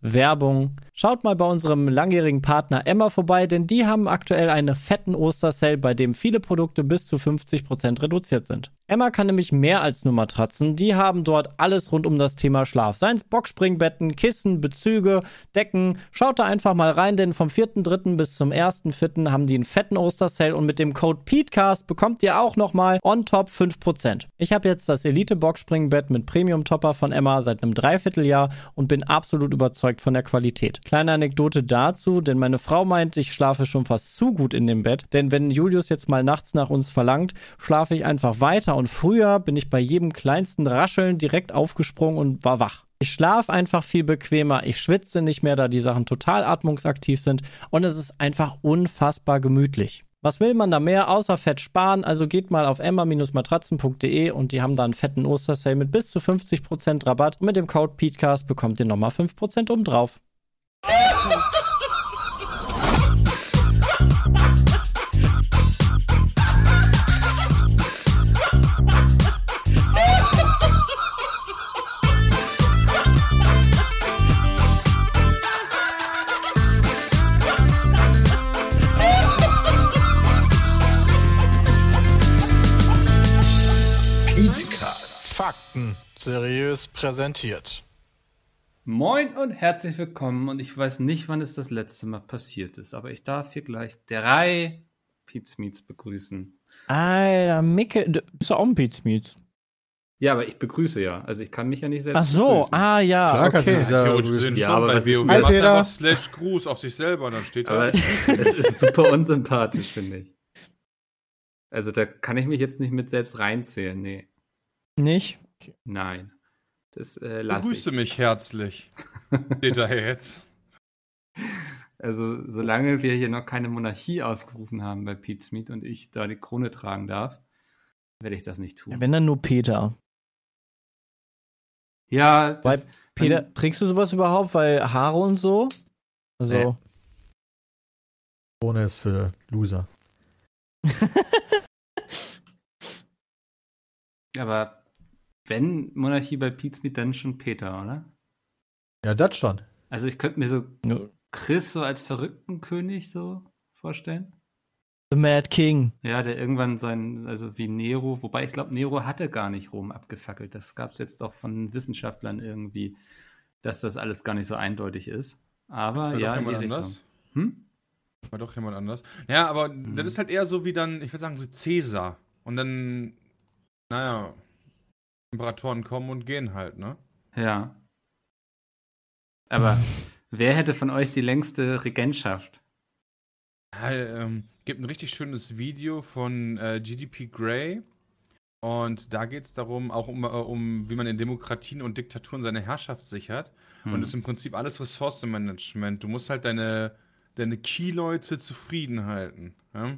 Werbung. Schaut mal bei unserem langjährigen Partner Emma vorbei, denn die haben aktuell einen fetten Ostersale, bei dem viele Produkte bis zu 50% reduziert sind. Emma kann nämlich mehr als nur Matratzen, die haben dort alles rund um das Thema Schlaf. Seien es Boxspringbetten, Kissen, Bezüge, Decken. Schaut da einfach mal rein, denn vom 4.3. bis zum 1.4. haben die einen fetten Ostersale und mit dem Code PETECAST bekommt ihr auch nochmal on top 5%. Ich habe jetzt das Elite Boxspringbett mit Premium-Topper von Emma seit einem Dreivierteljahr und bin absolut überzeugt von der Qualität. Kleine Anekdote dazu, denn meine Frau meint, ich schlafe schon fast zu gut in dem Bett, denn wenn Julius jetzt mal nachts nach uns verlangt, schlafe ich einfach weiter und früher bin ich bei jedem kleinsten Rascheln direkt aufgesprungen und war wach. Ich schlafe einfach viel bequemer, ich schwitze nicht mehr, da die Sachen total atmungsaktiv sind und es ist einfach unfassbar gemütlich. Was will man da mehr, außer Fett sparen? Also geht mal auf emma-matratzen.de und die haben da einen fetten Ostersale mit bis zu 50% Rabatt und mit dem Code PETECAST bekommt ihr nochmal 5% obendrauf. PETECAST. Fakten seriös präsentiert. Moin und herzlich willkommen und ich weiß nicht, wann es das letzte Mal passiert ist, aber ich darf hier gleich 3 Pizmeets begrüßen. Alter, Micke, du bist doch auch ein Pizmeets. Ja, aber ich begrüße ja, also ich kann mich ja nicht selbst Ach so, begrüßen. Ja, klar, kannst du okay. dich selber Theoretisch begrüßen. gesehen Ja, schon, aber bei was ist WoW denn- macht er Peter. was /Gruß auf sich selber, dann steht Aber da. es ist super unsympathisch, finde ich. Also da kann ich mich jetzt nicht mit selbst reinzählen, nee. Nicht? Nein. Das lasse Begrüße ich. mich herzlich. Steht da jetzt. Also solange wir hier noch keine Monarchie ausgerufen haben bei Pizmeet und ich da die Krone tragen darf, werde ich das nicht tun. Ja, wenn dann nur Peter. Ja, Weil, das, Peter, trägst du sowas überhaupt? Weil Haare und so? Also. Nee. Ohne ist für Loser. aber wenn Monarchie bei Pizmeet, dann schon Peter, oder? Ja, das schon. Also ich könnte mir so Ja. Chris so als verrückten König so vorstellen. The Mad King. Ja, der irgendwann also wie Nero, wobei ich glaube, Nero hatte gar nicht Rom abgefackelt. Das gab es jetzt auch von Wissenschaftlern irgendwie, dass das alles gar nicht so eindeutig ist. Aber War ja, doch in die jemand Richtung. anders? Hm? War doch jemand anders. Ja, aber das ist halt eher so wie dann, ich würde sagen, so Cäsar. Und dann, naja, Imperatoren kommen und gehen halt, ne? Ja. Aber wer hätte von euch die längste Regentschaft? Ja, gibt ein richtig schönes Video von GDP Grey. Und da geht es darum, auch um, wie man in Demokratien und Diktaturen seine Herrschaft sichert. Und das ist im Prinzip alles Ressourcenmanagement. Du musst halt deine Key-Leute zufrieden halten. Ja?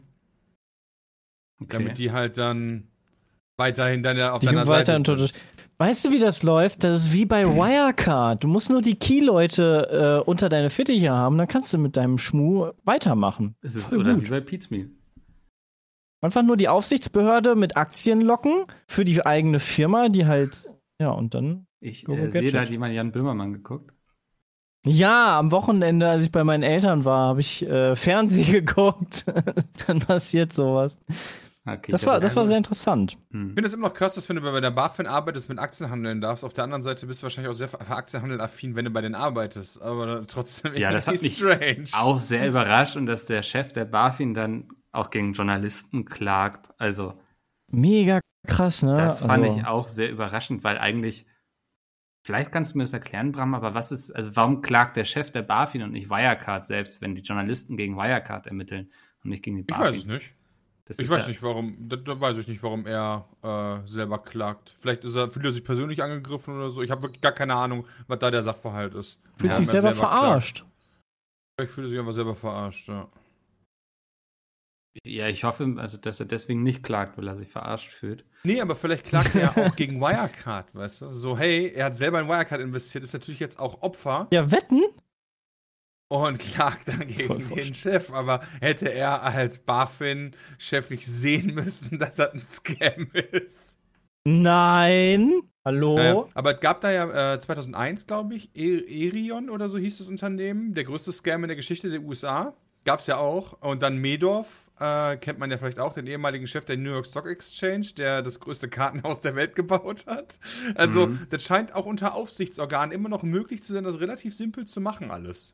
Okay. Damit die halt dann weiterhin auf Die deiner Seite weiterhin sind. Weißt du, wie das läuft? Das ist wie bei Wirecard. Du musst nur die Key-Leute unter deine Fittiche haben, dann kannst du mit deinem Schmuh weitermachen. Es ist Voll oder gut. wie bei Pizmeet. Einfach nur die Aufsichtsbehörde mit Aktien locken für die eigene Firma, die halt, ja, und dann. Ich Go sehe, Gadget. da hat jemand Jan Böhmermann geguckt. Ja, am Wochenende, als ich bei meinen Eltern war, habe ich Fernsehen geguckt. Dann passiert sowas. Okay, Das war sehr interessant. Ich finde das immer noch krass, dass wenn du bei der BaFin arbeitest, mit Aktien handeln darfst. Auf der anderen Seite bist du wahrscheinlich auch sehr für Aktienhandel affin, wenn du bei denen arbeitest. Aber trotzdem Ja, das hat mich strange. auch sehr überrascht und dass der Chef der BaFin dann auch gegen Journalisten klagt. Also Mega krass, ne? das fand Also, ich auch sehr überraschend, weil eigentlich, vielleicht kannst du mir das erklären, Bram, aber warum klagt der Chef der BaFin und nicht Wirecard selbst, wenn die Journalisten gegen Wirecard ermitteln und nicht gegen die Ich BaFin? weiß es nicht. Das Ich ist weiß ja, nicht, warum. Da weiß ich nicht, warum er selber klagt. Vielleicht fühlt er sich persönlich angegriffen oder so. Ich habe wirklich gar keine Ahnung, was da der Sachverhalt ist. fühlt Ja, sich Warum er selber klagt. verarscht. Vielleicht fühlt er sich einfach selber verarscht, ja. ja, ich hoffe, also, dass er deswegen nicht klagt, weil er sich verarscht fühlt. Nee, aber vielleicht klagt er auch gegen Wirecard, weißt du? So, hey, er hat selber in Wirecard investiert, ist natürlich jetzt auch Opfer Ja, wetten? und klagt dann gegen den Chef. Aber hätte er als BaFin-Chef nicht sehen müssen, dass das ein Scam ist? Nein. Hallo? Aber es gab da ja 2001, glaube ich, Erion oder so hieß das Unternehmen, der größte Scam in der Geschichte der USA. Gab es ja auch. Und dann Madoff, kennt man ja vielleicht auch, den ehemaligen Chef der New York Stock Exchange, der das größte Kartenhaus der Welt gebaut hat. Also, das scheint auch unter Aufsichtsorganen immer noch möglich zu sein, das relativ simpel zu machen alles.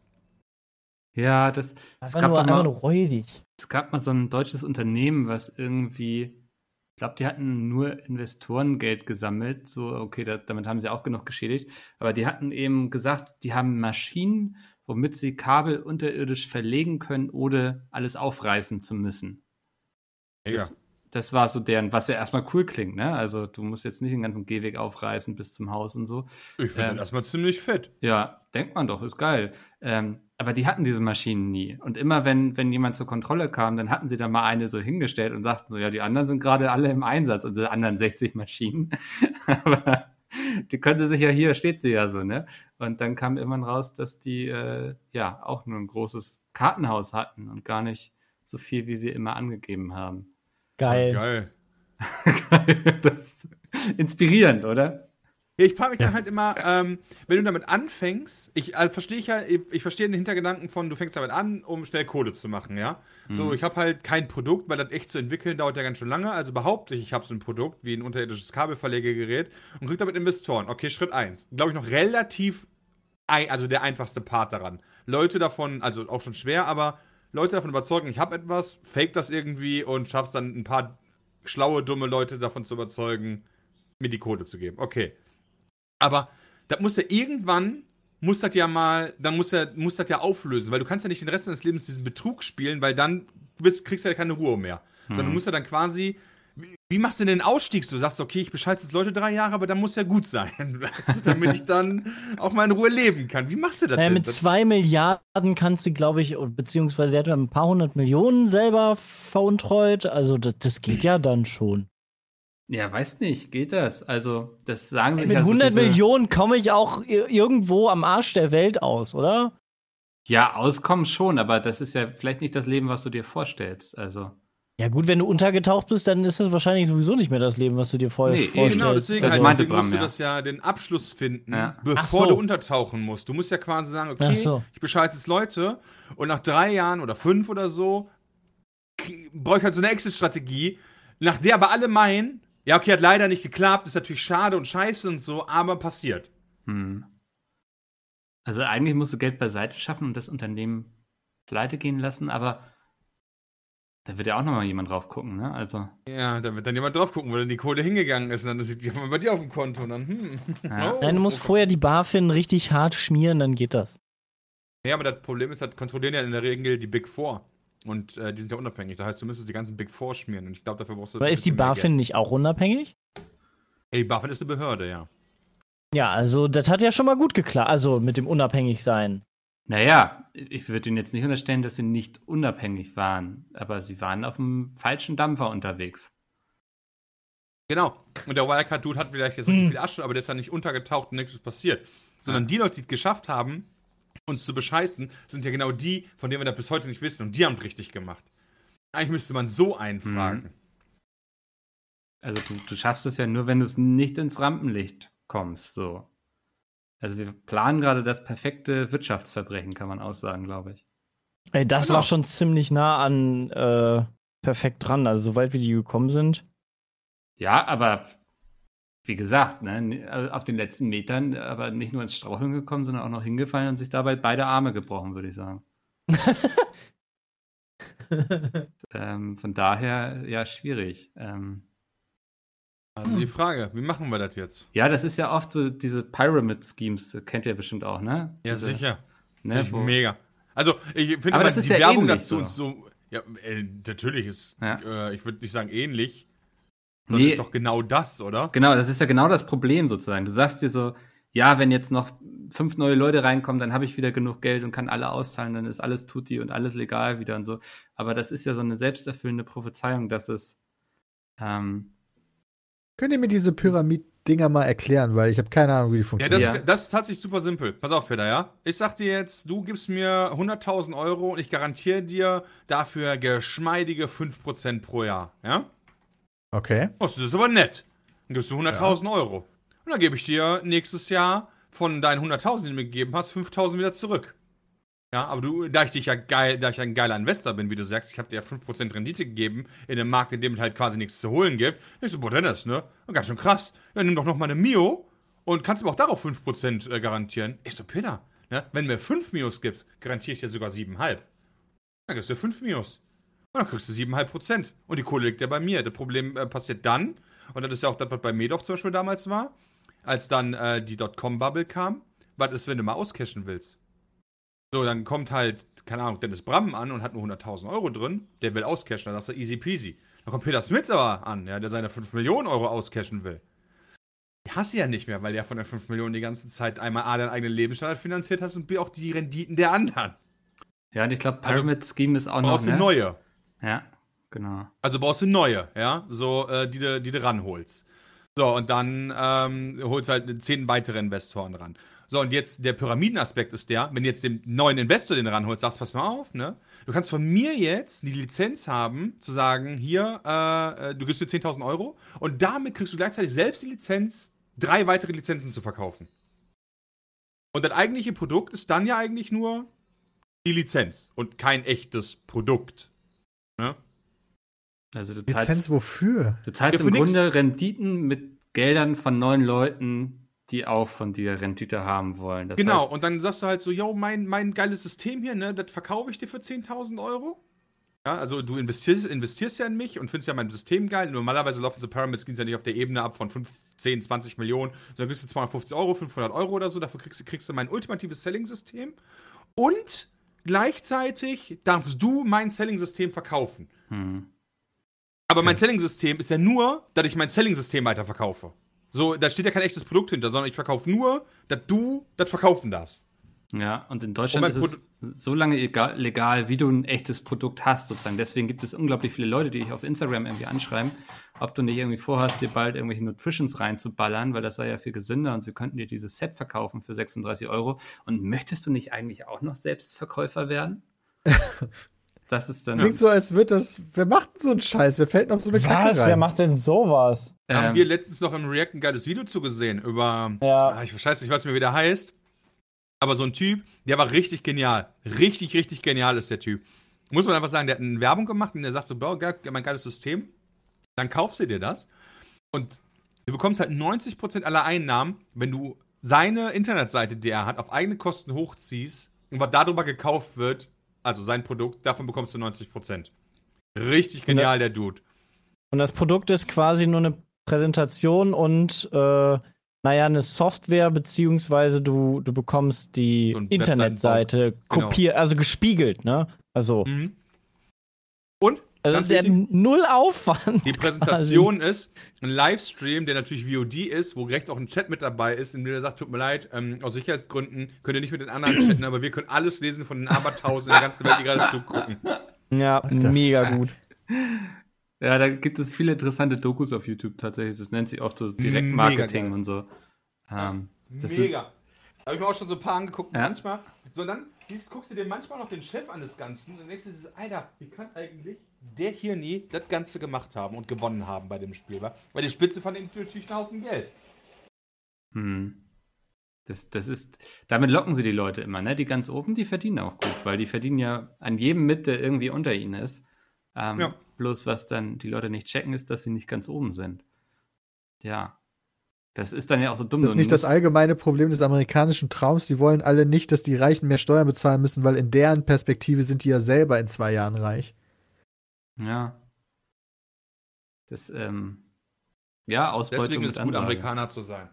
Ja, es gab nur räudig. es gab mal so ein deutsches Unternehmen, was irgendwie, ich glaube, die hatten nur Investorengeld gesammelt. So, okay, damit haben sie auch genug geschädigt. Aber die hatten eben gesagt, die haben Maschinen, womit sie Kabel unterirdisch verlegen können, ohne alles aufreißen zu müssen. Ja. Das war so was ja erstmal cool klingt, ne? Also du musst jetzt nicht den ganzen Gehweg aufreißen bis zum Haus und so. Ich finde das erstmal ziemlich fett. Ja, denkt man doch, ist geil. Aber die hatten diese Maschinen nie. Und immer, wenn jemand zur Kontrolle kam, dann hatten sie da mal eine so hingestellt und sagten so, ja, die anderen sind gerade alle im Einsatz, und die anderen 60 Maschinen. Aber die können sie sich ja, hier steht sie ja so, ne? Und dann kam irgendwann raus, dass die auch nur ein großes Kartenhaus hatten und gar nicht so viel, wie sie immer angegeben haben. Geil. Das ist inspirierend, oder? Ja, ich frage mich dann halt immer, wenn du damit anfängst, ich verstehe den Hintergedanken von, du fängst damit an, um schnell Kohle zu machen, ja. So, ich habe halt kein Produkt, weil das echt zu entwickeln dauert ja ganz schön lange, also behaupte ich habe so ein Produkt, wie ein unterirdisches Kabelverlegegerät und krieg damit Investoren. Okay, Schritt 1. Glaube ich noch relativ, also der einfachste Part daran. Leute davon, also auch schon schwer, aber Leute davon überzeugen, ich habe etwas, fake das irgendwie und schaffst dann ein paar schlaue, dumme Leute davon zu überzeugen, mir die Kohle zu geben. Okay. Aber das muss ja irgendwann, muss das ja auflösen, weil du kannst ja nicht den Rest deines Lebens diesen Betrug spielen, weil dann kriegst du ja keine Ruhe mehr. Sondern du musst ja dann quasi, wie machst du denn den Ausstieg? Du sagst, okay, ich bescheiße jetzt Leute 3 Jahre, aber dann muss ja gut sein, weißt du, damit ich dann auch mal in Ruhe leben kann. Wie machst du das denn? Mit 2 Milliarden kannst du, glaube ich, beziehungsweise er hat ja ein paar 100 Millionen selber veruntreut, also das geht ja dann schon. Ja, weiß nicht, geht das? Also, das sagen sie Mit ja so 100 Millionen komme ich auch irgendwo am Arsch der Welt aus, oder? Ja, auskommen schon, aber das ist ja vielleicht nicht das Leben, was du dir vorstellst. Also. Ja gut, wenn du untergetaucht bist, dann ist das wahrscheinlich sowieso nicht mehr das Leben, was du dir vorstellst. Genau, deswegen musst du ja. das ja den Abschluss finden, bevor du untertauchen musst. Du musst ja quasi sagen, okay, ich bescheiße jetzt Leute und nach 3 Jahren oder 5 oder so brauche ich halt so eine Exit-Strategie, nach der aber alle meinen, ja, okay, hat leider nicht geklappt, ist natürlich schade und scheiße und so, aber passiert. Also eigentlich musst du Geld beiseite schaffen und das Unternehmen pleite gehen lassen, aber da wird ja auch nochmal jemand drauf gucken, ne? Also. Ja, da wird dann jemand drauf gucken, wo dann die Kohle hingegangen ist und dann ist die bei dir auf dem Konto und dann, Ja. Nein, du musst vorher die BaFin richtig hart schmieren, dann geht das. Ja, aber das Problem ist, das kontrollieren ja in der Regel die Big Four. Und die sind ja unabhängig. Das heißt, du müsstest die ganzen Big Four schmieren. Und ich glaube, dafür brauchst du. Aber ist die BaFin nicht auch unabhängig? Ja, die BaFin ist eine Behörde, ja. Ja, also das hat ja schon mal gut geklappt. Also mit dem Unabhängigsein. Naja, ich würde Ihnen jetzt nicht unterstellen, dass sie nicht unabhängig waren. Aber sie waren auf dem falschen Dampfer unterwegs. Genau. Und der Wirecard-Dude hat vielleicht jetzt nicht viel Asche, aber der ist ja nicht untergetaucht und nichts ist passiert. Sondern die Leute, die es geschafft haben, uns zu bescheißen, sind ja genau die, von denen wir das bis heute nicht wissen. Und die haben es richtig gemacht. Eigentlich müsste man so einfragen. Also du schaffst es ja nur, wenn du es nicht ins Rampenlicht kommst. So. Also wir planen gerade das perfekte Wirtschaftsverbrechen, kann man aussagen, glaube ich. Ey, das war schon ziemlich nah an perfekt dran. Also soweit wie die gekommen sind. Ja, aber wie gesagt, ne, auf den letzten Metern, aber nicht nur ins Straucheln gekommen, sondern auch noch hingefallen und sich dabei beide Arme gebrochen, würde ich sagen. Von daher, ja, schwierig. Also die Frage, wie machen wir das jetzt? Ja, das ist ja oft so diese Pyramid-Schemes, kennt ihr bestimmt auch, ne? Ja, sicher. Ne, mega. Also, ich finde aber das ist die ja Werbung ähnlich dazu und so, ja, natürlich ist, Ja. Ich würde nicht sagen ähnlich, Nee. das ist doch genau das, oder? Genau, das ist ja genau das Problem sozusagen. Du sagst dir so, ja, wenn jetzt noch 5 neue Leute reinkommen, dann habe ich wieder genug Geld und kann alle auszahlen, dann ist alles tutti und alles legal wieder und so. Aber das ist ja so eine selbsterfüllende Prophezeiung, dass es Könnt ihr mir diese Pyramid-Dinger mal erklären, weil ich habe keine Ahnung, wie die funktionieren. Das ist tatsächlich super simpel. Pass auf, Peter, ja? Ich sag dir jetzt, du gibst mir 100.000 Euro und ich garantiere dir dafür geschmeidige 5% pro Jahr, ja? Okay. Oh, das ist aber nett. Dann gibst du 100.000 Euro. und dann gebe ich dir nächstes Jahr von deinen 100.000, die du mir gegeben hast, 5.000 wieder zurück. Ja, aber da ich ein geiler Investor bin, wie du sagst, ich habe dir ja 5% Rendite gegeben in einem Markt, in dem es halt quasi nichts zu holen gibt. Ich so, boah, Dennis, ne? Ganz schön krass. Ja, nimm doch noch mal eine Mio und kannst aber auch darauf 5% garantieren. Ich so, Peter, ne? Wenn du mir 5 Mios gibst, garantiere ich dir sogar 7,5. Dann gibst du 5 Mios. Und dann kriegst du 7,5%. Und die Kohle liegt ja bei mir. Das Problem passiert dann, und das ist ja auch das, was bei Madoff zum Beispiel damals war, als dann die Dotcom-Bubble kam, was ist, wenn du mal auscashen willst? So, dann kommt halt, keine Ahnung, Dennis Bram an und hat nur 100.000 Euro drin, der will auscashen, dann sagst du easy peasy. Dann kommt Peter Smith aber an, ja, der seine 5 Millionen Euro auscashen will. Die hast du ja nicht mehr, weil der von den 5 Millionen die ganze Zeit einmal A, deinen eigenen Lebensstandard finanziert hast und B, auch die Renditen der anderen. Ja, und ich glaube, Pyramid Scheme ist auch noch, brauchst du neue. Ja, genau. Also brauchst du neue, ja, so, die du ranholst. So, und dann holst halt 10 weitere Investoren ran. So, und jetzt der Pyramidenaspekt ist der, wenn du jetzt den neuen Investor den ranholst, sagst, pass mal auf, ne? Du kannst von mir jetzt die Lizenz haben, zu sagen, hier, du gibst mir 10.000 Euro und damit kriegst du gleichzeitig selbst die Lizenz, 3 weitere Lizenzen zu verkaufen. Und das eigentliche Produkt ist dann ja eigentlich nur die Lizenz und kein echtes Produkt. Ne? Also Lizenz wofür? Du zahlst im Grunde Renditen mit Geldern von neuen Leuten, die auch von dir Rendite haben wollen. Das genau, heißt, und dann sagst du halt so, yo, mein geiles System hier, ne, das verkaufe ich dir für 10.000 Euro. Ja, also du investierst ja in mich und findest ja mein System geil. Normalerweise laufen so Pyramid Schemes ja nicht auf der Ebene ab von 5, 10, 20 Millionen, sondern gibst du 250 Euro, 500 Euro oder so, dafür kriegst du mein ultimatives Selling-System und gleichzeitig darfst du mein Selling-System verkaufen. Aber mein Selling-System ist ja nur, dass ich mein Selling-System weiterverkaufe. So, da steht ja kein echtes Produkt hinter, sondern ich verkaufe nur, dass du das verkaufen darfst. Ja, und in Deutschland ist es so lange legal, wie du ein echtes Produkt hast, sozusagen. Deswegen gibt es unglaublich viele Leute, die dich auf Instagram irgendwie anschreiben, ob du nicht irgendwie vorhast, dir bald irgendwelche Nutritions reinzuballern, weil das sei ja viel gesünder und sie könnten dir dieses Set verkaufen für 36 Euro. Und möchtest du nicht eigentlich auch noch selbst Verkäufer werden? Das ist dann. Klingt so, als wird das. Wer macht so einen Scheiß? Wer fällt noch so eine Kacke rein? Wer macht denn sowas? Haben wir letztens noch im React ein geiles Video zugesehen über. Ja. Ich weiß nicht, was mir wieder heißt. Aber so ein Typ, der war richtig genial. Richtig, richtig genial ist der Typ. Muss man einfach sagen, der hat eine Werbung gemacht und der sagt so, boah, geil, mein geiles System. Dann kaufst du dir das. Und du bekommst halt 90% aller Einnahmen, wenn du seine Internetseite, die er hat, auf eigene Kosten hochziehst und was darüber gekauft wird, also sein Produkt, davon bekommst du 90%. Richtig genial, der Dude. Und das Produkt ist quasi nur eine Präsentation und eine Software, beziehungsweise du bekommst die Internetseite kopiert, also gespiegelt, ne? Also. Und? Also der null Aufwand. Die Präsentation ist ein Livestream, der natürlich VOD ist, wo rechts auch ein Chat mit dabei ist, in dem er sagt, tut mir leid, aus Sicherheitsgründen könnt ihr nicht mit den anderen chatten, aber wir können alles lesen von den Abertausenden in der ganzen Welt, die gerade zugucken. Ja, mega gut. Ja, da gibt es viele interessante Dokus auf YouTube tatsächlich. Das nennt sich oft so Direktmarketing und so. Mega. Habe ich mir auch schon so ein paar angeguckt. Manchmal, so dann guckst du dir manchmal noch den Chef an des Ganzen und denkst dir, Alter, wie kann eigentlich der hier nie das Ganze gemacht haben und gewonnen haben bei dem Spiel? Weil die Spitze von dem natürlich einen Haufen Geld. Das ist, damit locken sie die Leute immer, ne? Die ganz oben, die verdienen auch gut, weil die verdienen ja an jedem mit, der irgendwie unter ihnen ist. Bloß was dann die Leute nicht checken, ist, dass sie nicht ganz oben sind. Ja. Das ist dann ja auch so dumm. Das ist nicht das allgemeine Problem des amerikanischen Traums. Die wollen alle nicht, dass die Reichen mehr Steuern bezahlen müssen, weil in deren Perspektive sind die ja selber in 2 Jahren reich. Ja. Das, Ausbeutung Deswegen ist es gut, Ansage. Amerikaner zu sein.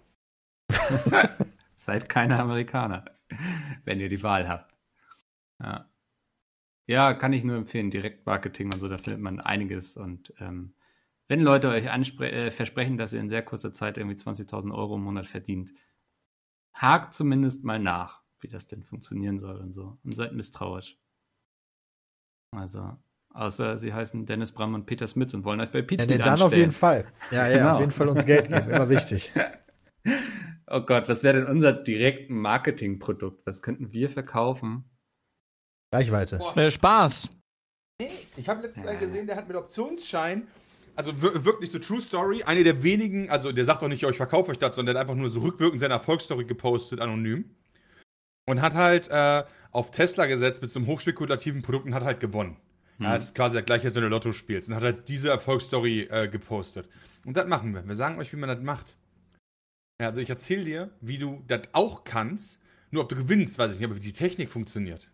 Seid keine Amerikaner, wenn ihr die Wahl habt. Ja. Ja, kann ich nur empfehlen. Direktmarketing und so, da findet man einiges. Und wenn Leute euch versprechen, dass ihr in sehr kurzer Zeit irgendwie 20.000 Euro im Monat verdient, hakt zumindest mal nach, wie das denn funktionieren soll und so. Und seid misstrauisch. Also, außer sie heißen Dennis Bram und Peter Smith und wollen euch bei Pizza dann anstellen. Auf jeden Fall. Ja, genau. Auf jeden Fall uns Geld geben. Immer wichtig. Oh Gott, was wäre denn unser direkten Marketingprodukt? Was könnten wir verkaufen? Reichweite. Spaß. Ich habe letztens einen gesehen, der hat mit Optionsschein also wirklich so True Story, eine der wenigen, also der sagt doch nicht, ja, ich verkaufe euch das, sondern der hat einfach nur so rückwirkend seine Erfolgsstory gepostet, anonym. Und hat halt auf Tesla gesetzt mit so einem hochspekulativen Produkt und hat halt gewonnen. Ja, das ist quasi das gleiche, als wenn du Lotto spielst. Und hat halt diese Erfolgsstory gepostet. Und das machen wir. Wir sagen euch, wie man das macht. Ja, also ich erzähle dir, wie du das auch kannst. Nur ob du gewinnst, weiß ich nicht, aber wie die Technik funktioniert.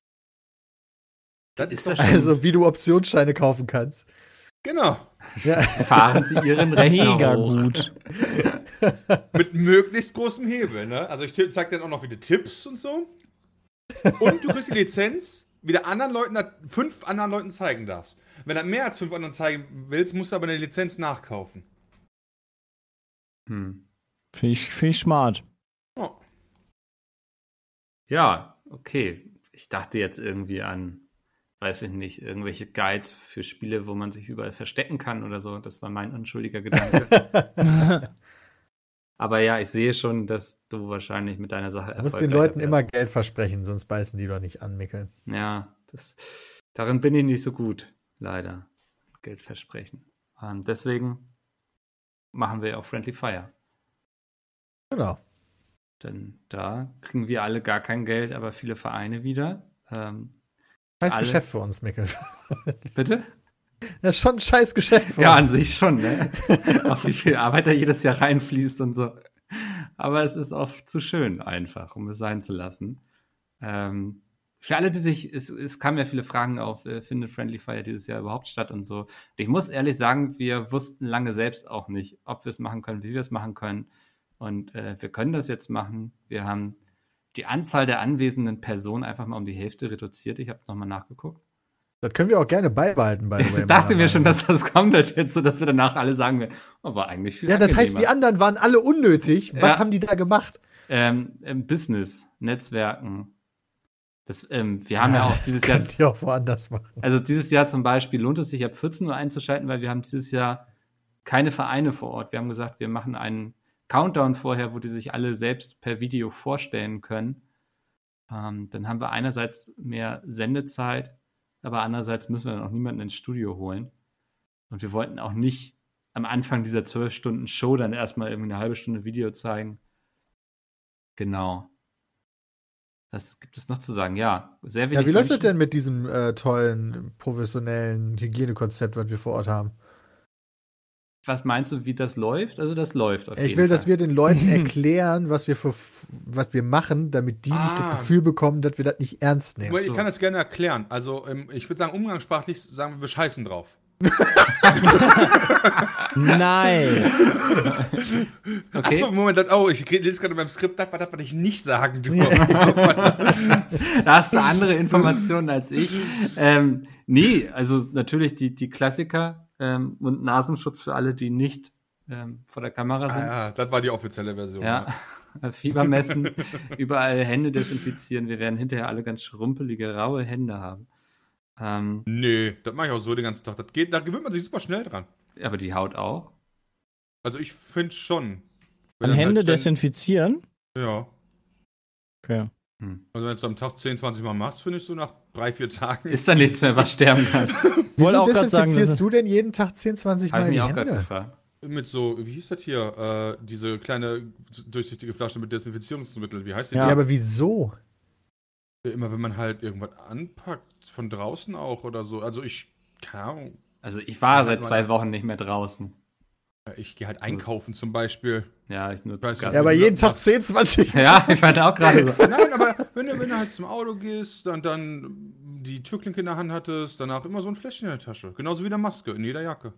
Das ist doch Also wie du Optionsscheine kaufen kannst. genau. Ja. Fahren Sie Ihren Rechner Mega hoch. gut. Mit möglichst großem Hebel, ne? Also ich zeig dann auch noch wieder Tipps und so. Und du kriegst die Lizenz, wie du 5 anderen Leuten zeigen darfst. Wenn du mehr als 5 anderen zeigen willst, musst du aber eine Lizenz nachkaufen. Hm. Finde ich smart. Oh. Ja, okay. Ich dachte jetzt irgendwie an, weiß ich nicht, irgendwelche Guides für Spiele, wo man sich überall verstecken kann oder so. Das war mein unschuldiger Gedanke. Aber ja, ich sehe schon, dass du wahrscheinlich mit deiner Sache Du musst den erfolgreicher Leuten immer wärst. Geld versprechen, sonst beißen die doch nicht an, Mickel. Ja, darin bin ich nicht so gut, leider. Geld versprechen. Deswegen machen wir auch Friendly Fire. Genau. Denn da kriegen wir alle gar kein Geld, aber viele Vereine wieder. Scheiß alle- Geschäft für uns, Mickel. Bitte? Das ist schon ein scheiß Geschäft für Ja, uns. an sich schon, ne? Auch wie viel Arbeit da jedes Jahr reinfließt und so. Aber es ist oft zu schön einfach, um es sein zu lassen. Für alle, die sich, es kamen ja viele Fragen auf, findet Friendly Fire dieses Jahr überhaupt statt und so. Und ich muss ehrlich sagen, wir wussten lange selbst auch nicht, ob wir es machen können, wie wir es machen können. Und wir können das jetzt machen. Wir haben die Anzahl der anwesenden Personen einfach mal um die Hälfte reduziert. Ich habe nochmal nachgeguckt. Das können wir auch gerne beibehalten, by the way. Ich dachte meiner mir schon, Meinung dass das kommt jetzt, so dass wir danach alle sagen, oh, war eigentlich viel nach. Ja, das heißt, die angenehmer. anderen waren alle unnötig. Was Ja. haben die da gemacht? Im Business, Netzwerken. Wir haben ja auch dieses Jahr, Könnt ihr auch woanders machen. also dieses Jahr zum Beispiel lohnt es sich ab 14 Uhr einzuschalten, weil wir haben dieses Jahr keine Vereine vor Ort. Wir haben gesagt, wir machen einen Countdown vorher, wo die sich alle selbst per Video vorstellen können. Dann haben wir einerseits mehr Sendezeit, aber andererseits müssen wir dann auch niemanden ins Studio holen. Und wir wollten auch nicht am Anfang dieser 12-Stunden-Show dann erstmal irgendwie eine halbe Stunde Video zeigen. Genau. Was gibt es noch zu sagen? Ja, sehr wenig. Ja, wie läuft das Menschen. denn mit diesem tollen, professionellen Hygienekonzept, was wir vor Ort haben? Was meinst du, wie das läuft? Also das läuft auf Ich jeden will, Fall. dass wir den Leuten erklären, was wir machen, damit die nicht das Gefühl bekommen, dass wir das nicht ernst nehmen. Ich kann das gerne erklären. Also, ich würde sagen, umgangssprachlich sagen wir scheißen drauf. Nein. Okay. Achso, Moment, ich lese gerade beim Skript, das war das, was ich nicht sagen durfte. Da hast du andere Informationen als ich. Nee, also natürlich die Klassiker und Nasenschutz für alle, die nicht vor der Kamera sind. Ja, das war die offizielle Version. Ja. Fieber messen, überall Hände desinfizieren. Wir werden hinterher alle ganz schrumpelige, raue Hände haben. Nee, das mache ich auch so den ganzen Tag. Da gewöhnt man sich super schnell dran. Aber die Haut auch. Also ich finde schon. An Hände desinfizieren? Ja. Okay. Also wenn du am Tag 10, 20 Mal machst, finde ich so nach 3-4 Tagen. Ist da nichts mehr, was sterben kann? Wieso auch grad sagen, desinfizierst das- du denn jeden Tag 10, 20 Habe Mal ich die mich auch gerade Hände? gefragt. Mit so, wie hieß das hier? Diese kleine durchsichtige Flasche mit Desinfektionsmittel. Wie heißt die? Ja. Ja, aber wieso? Immer wenn man halt irgendwas anpackt, von draußen auch oder so. Also keine Ahnung. Also ich war seit 2 Wochen nicht mehr draußen. Ich gehe halt einkaufen zum Beispiel. Ja, ich nutze Weißt du, Gas. Ja, aber jeden Tag 10, 20 Mal. Ja, ich war auch gerade so. Nein, aber wenn du halt zum Auto gehst, dann die Türklinke in der Hand hattest, danach immer so ein Fläschchen in der Tasche. Genauso wie eine Maske in jeder Jacke.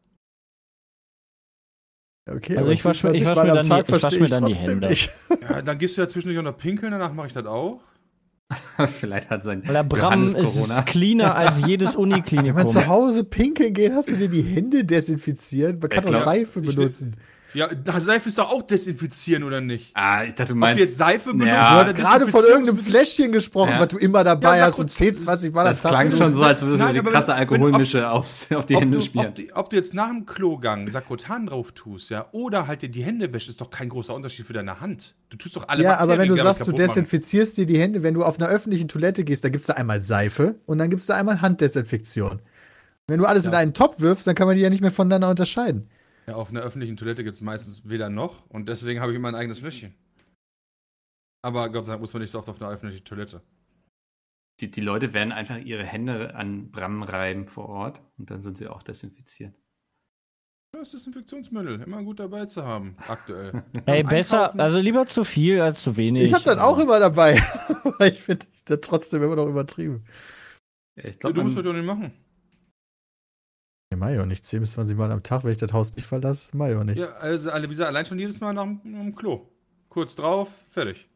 Okay, Also aber ich wasch mir 20 dann Mal am die- Tag ich wasch verstehe mir ich dann die trotzdem Hände. nicht. Ja, dann gehst du ja zwischendurch auch noch pinkeln, danach mache ich das auch. Vielleicht hat sein Weil der Bram Johannes Corona. ist cleaner als jedes Wenn man Uniklinikum. zu Hause pinkeln geht, hast du dir die Hände desinfiziert. Man kann Ja, doch klar. Seife Ich will- benutzen. Ja, Seife ist doch auch desinfizieren, oder nicht? Ah, ich dachte, du Ob du jetzt meinst, Seife benutzt Ja. Du oder hast gerade von irgendeinem Fläschchen gesprochen, Ja. was du immer dabei Ja, sag hast und kurz- 10, 20 Mal am das Tag klang schon benutzt. so, als würdest du Nein, die aber krasse wenn- Alkoholmische auf die Hände spielen. Ob du jetzt nach dem Klogang Sakrotan drauf tust, ja, oder halt dir die Hände wäschst, ist doch kein großer Unterschied für deine Hand. Du tust doch alle Ja, aber wenn du die sagst, du kaputt machen. desinfizierst dir die Hände, wenn du auf einer öffentlichen Toilette gehst, da gibt's da einmal Seife und dann gibt's da einmal Handdesinfektion. Wenn du alles in einen Topf wirfst, dann kann man die ja nicht mehr voneinander unterscheiden. Ja, auf einer öffentlichen Toilette gibt es meistens weder noch und deswegen habe ich immer ein eigenes Fläschchen. Aber Gott sei Dank muss man nicht so oft auf einer öffentlichen Toilette. Die Leute werden einfach ihre Hände an Brammen reiben vor Ort und dann sind sie auch desinfiziert. Das ist Desinfektionsmittel, immer gut dabei zu haben, aktuell. Ey, Beim besser, Einkaufen- also lieber zu viel als zu wenig. Ich habe das auch immer dabei. Aber ich finde das trotzdem immer noch übertrieben. Ja, ich Ja, glaube, du musst das doch nicht machen. Nee, mach ich auch nicht. 10 bis 20 Mal am Tag, wenn ich das Haus nicht verlasse, mach ich auch nicht. Ja, also wie gesagt, allein schon jedes Mal nach dem Klo. Kurz drauf, fertig.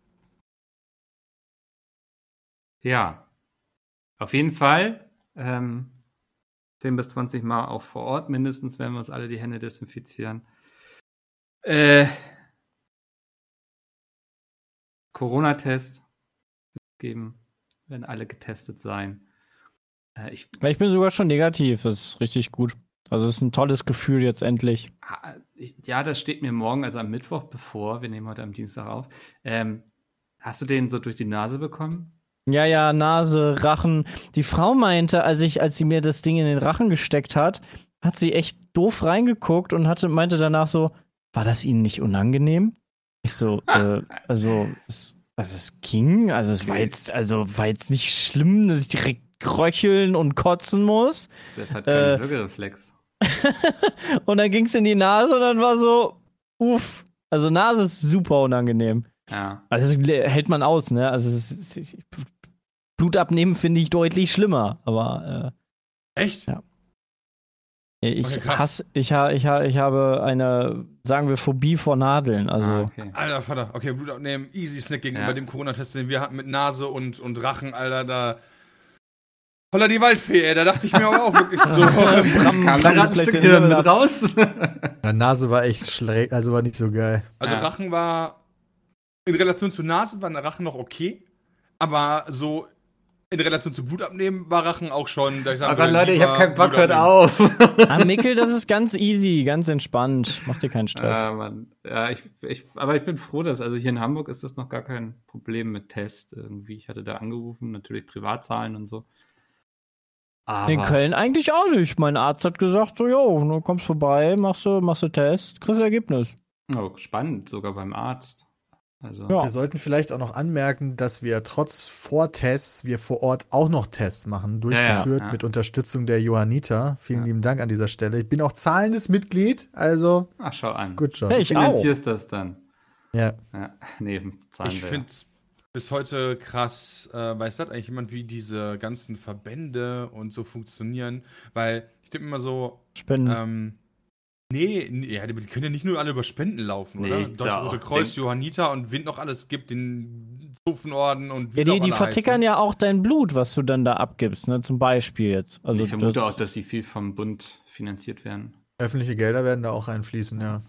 ja. Auf jeden Fall 10 bis 20 Mal auch vor Ort mindestens, werden wir uns alle die Hände desinfizieren. Corona-Test geben, werden alle getestet sein. Ich bin sogar schon negativ, das ist richtig gut. Also es ist ein tolles Gefühl jetzt endlich. Ja, das steht mir morgen, also am Mittwoch bevor. Wir nehmen heute am Dienstag auf. Hast du den so durch die Nase bekommen? Ja, Nase, Rachen. Die Frau meinte, als sie mir das Ding in den Rachen gesteckt hat sie echt doof reingeguckt und meinte danach so, war das Ihnen nicht unangenehm? Ich so, es ging, also es war jetzt nicht schlimm, dass ich direkt röcheln und kotzen muss. Der hat keinen Würgereflex. Und dann ging es in die Nase und dann war so, uff. Also Nase ist super unangenehm. Ja. Also das hält man aus, ne? Also Blut abnehmen finde ich deutlich schlimmer, aber Echt? Ja. Ich Okay, krass. ich habe eine, sagen wir, Phobie vor Nadeln. Also Okay. Alter Vater, okay, Blut abnehmen, easy Snack gegenüber Ja. dem Corona-Test, den wir hatten mit Nase und Rachen, Alter, da. Holla die Waldfee, ey, da dachte ich mir aber auch wirklich so. Kam da gerade ein Stück Hirn mit raus? Die Nase war echt schlecht, also war nicht so geil. Also Ja. Rachen war, in Relation zur Nase war Rachen noch okay, aber so in Relation zu Blut abnehmen war Rachen auch schon, da ich sagen Aber würde, Leute, ich lieber habe keinen Bock, Blut hört abnehmen. auf. Mickel, das ist ganz easy, ganz entspannt. Mach dir keinen Stress. Mann. Ja, aber ich bin froh, dass, also hier in Hamburg ist das noch gar kein Problem mit Test irgendwie. Ich hatte da angerufen, natürlich Privatzahlen und so. Aber In Köln eigentlich auch nicht. Mein Arzt hat gesagt, so, jo, du kommst vorbei, machst du Test, kriegst Ergebnis. oh, spannend, sogar beim Arzt. Also, Ja. Wir sollten vielleicht auch noch anmerken, dass wir trotz Vortests wir vor Ort auch noch Tests machen, durchgeführt ja. mit Unterstützung der Johanniter. Vielen Ja. lieben Dank an dieser Stelle. Ich bin auch zahlendes Mitglied, also ach, schau an. good job. Hey, Du ich auch. finanzierst das dann. Ja. Ja, nee, zahlen Ich wir. finde es bis heute krass, weiß das eigentlich jemand, wie diese ganzen Verbände und so funktionieren? Weil ich denke immer so, Spenden. ja, die können ja nicht nur alle über Spenden laufen, Nee, oder? ich Deutsche glaub Rote auch. Kreuz, Johanniter und wen noch alles gibt, den Zufenorden und wie Ja, sie auch die alle vertickern heißen. ja auch dein Blut, was du dann da abgibst, ne? Zum Beispiel jetzt. Also Ich vermute auch, dass sie viel vom Bund finanziert werden. Öffentliche Gelder werden da auch einfließen, ja.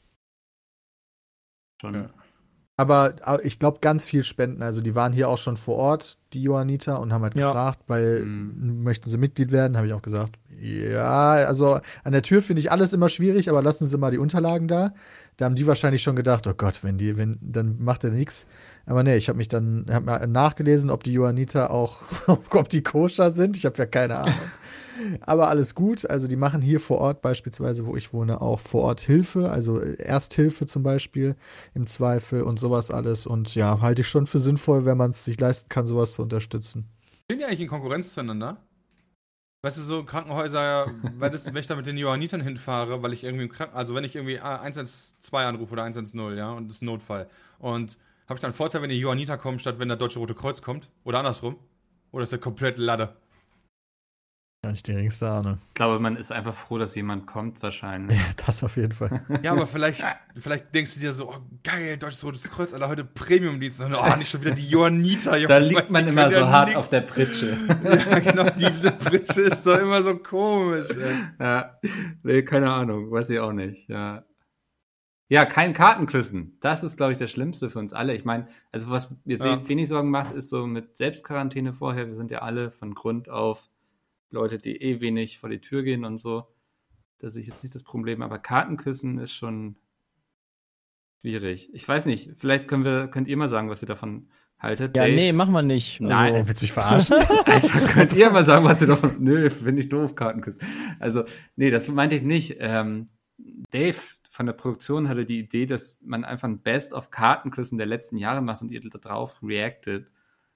Schon. Ja. Aber ich glaube, ganz viel Spenden. Also die waren hier auch schon vor Ort, die Johanniter, und haben halt Ja. gefragt, weil Mhm. möchten sie Mitglied werden? Habe ich auch gesagt, ja, also an der Tür finde ich alles immer schwierig, aber lassen Sie mal die Unterlagen da. Da haben die wahrscheinlich schon gedacht, oh Gott, dann macht er nichts. Aber nee, ich habe mal nachgelesen, ob die Johanniter auch, ob die koscher sind. Ich habe ja keine Ahnung. Aber alles gut. Also die machen hier vor Ort beispielsweise, wo ich wohne, auch vor Ort Hilfe, also Ersthilfe zum Beispiel im Zweifel und sowas alles. Und ja, halte ich schon für sinnvoll, wenn man es sich leisten kann, sowas zu unterstützen. Stehen die eigentlich in Konkurrenz zueinander? Weißt du, so Krankenhäuser, wenn ich da mit den Johannitern hinfahre, weil ich irgendwie also wenn ich irgendwie 112 anrufe oder 110, ja, und das ist ein Notfall. Und habe ich dann einen Vorteil, wenn die Johanniter kommen, statt wenn der Deutsche Rote Kreuz kommt? Oder andersrum? Oder ist der komplett Lade? Gar nicht die geringste Ahnung. Ich glaube, man ist einfach froh, dass jemand kommt, wahrscheinlich. Ja, das auf jeden Fall. Ja, aber vielleicht denkst du dir so, oh geil, Deutsches Rotes Kreuz, Alter, heute Premium-Dienst. Und oh, nicht schon wieder die Johanniter. Da liegt man immer so hart auf der Pritsche. Ja, genau, diese Pritsche ist doch immer so komisch, ey. Ja, nee, keine Ahnung, weiß ich auch nicht. Ja, ja, kein Kartenküssen. Das ist, glaube ich, das Schlimmste für uns alle. Ich meine, also was mir wenig Sorgen macht, ist so mit Selbstquarantäne vorher. Wir sind ja alle von Grund auf Leute, die wenig vor die Tür gehen und so. Das ist jetzt nicht das Problem, aber Kartenküssen ist schon schwierig. Ich weiß nicht, vielleicht könnt ihr mal sagen, was ihr davon Haltet Ja, Dave. nee, machen wir nicht. Nein. Willst du mich verarschen? Alter, könnt ihr mal sagen, was ihr davon. Nö, finde ich doof, Kartenküsse. Also, nee, das meinte ich nicht. Dave von der Produktion hatte die Idee, dass man einfach ein Best of Kartenküssen der letzten Jahre macht und ihr da drauf reactet.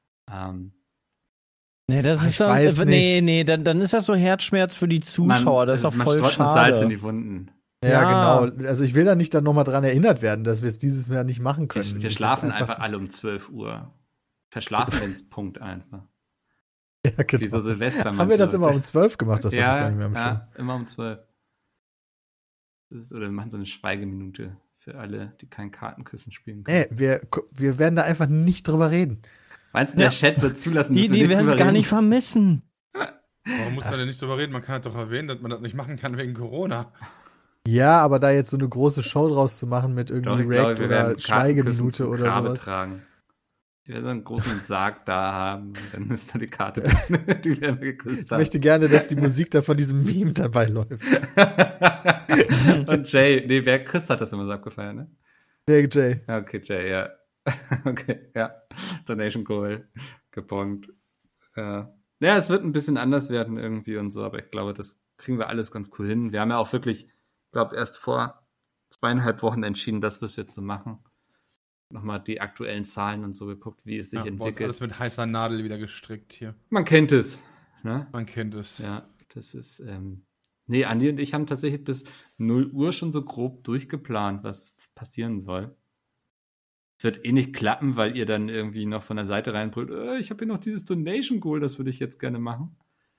Nee, das ist Ich weiß nicht. nee, dann ist das so Herzschmerz für die Zuschauer. Das ist auch man voll streut mit Salz in schade. die Wunden. Ja, Ja. genau. Also ich will da nicht dann nochmal dran erinnert werden, dass wir es dieses Jahr nicht machen können. Wir Das ist schlafen einfach alle um 12 Uhr. Verschlafen den Punkt einfach. Ja, Wie genau. so Silvester. Haben wir das immer um 12 gemacht? Das hatte ich ja, gar nicht mehr am Schirm. ja, immer um 12. Oder wir machen so eine Schweigeminute für alle, die kein Kartenküssen spielen können. Wir werden da einfach nicht drüber reden. Meinst du, der Chat wird zulassen, Die werden es gar nicht vermissen. Warum muss man denn nicht drüber reden? Man kann halt doch erwähnen, dass man das nicht machen kann wegen Corona. Ja, aber da jetzt so eine große Show draus zu machen mit irgendwie React oder Schweigeminute oder sowas. Tragen. Wir werden einen großen Sarg da haben und dann ist da die Karte, die werden wir geküsst Ich haben. möchte gerne, dass die Musik da von diesem Meme dabei läuft. Und Chris hat das immer so abgefeiert, ne? Nee, Jay. Ja, okay, Jay, ja. Okay, ja. Donation Goal gebongt. Ja, es wird ein bisschen anders werden irgendwie und so, aber ich glaube, das kriegen wir alles ganz cool hin. Wir haben ja auch wirklich, ich glaube, erst vor 2,5 Wochen entschieden, dass wir es jetzt so machen. Nochmal die aktuellen Zahlen und so geguckt, wie es sich Bei uns entwickelt. alles mit heißer Nadel wieder gestrickt hier. Man kennt es. Ne? Man kennt es. Ja, das ist, Andi und ich haben tatsächlich bis 0 Uhr schon so grob durchgeplant, was passieren soll. Wird eh nicht klappen, weil ihr dann irgendwie noch von der Seite reinbrüllt, ich habe hier noch dieses Donation Goal, das würde ich jetzt gerne machen.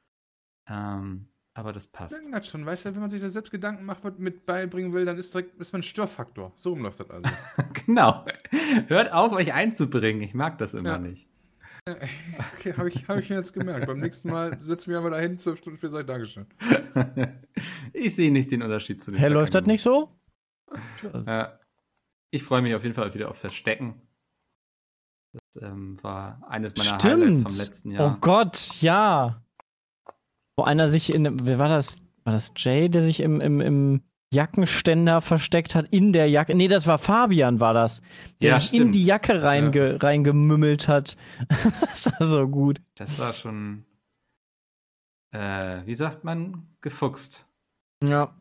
Aber das passt. Ja, schon, weißt du, wenn man sich da selbst Gedanken macht, was mit beibringen will, dann ist man ein Störfaktor. So läuft das also. Genau. Hört auf, euch einzubringen. Ich mag das immer nicht. Okay, habe ich mir jetzt gemerkt. Beim nächsten Mal setzen wir einfach dahin, 12 Stunden später sage ich Dankeschön. Ich sehe nicht den Unterschied zu den Hä, läuft das nicht so? Ja. Ich freue mich auf jeden Fall wieder auf Verstecken. Das war eines meiner Highlights vom letzten Jahr. Oh Gott, ja. Wo einer sich wer war das? War das Jay, der sich im Jackenständer versteckt hat, in der Jacke? Nee, das war Fabian, war das. Der sich in die Jacke reingemümmelt hat. Das war so gut. Das war schon, wie sagt man, gefuchst. Ja.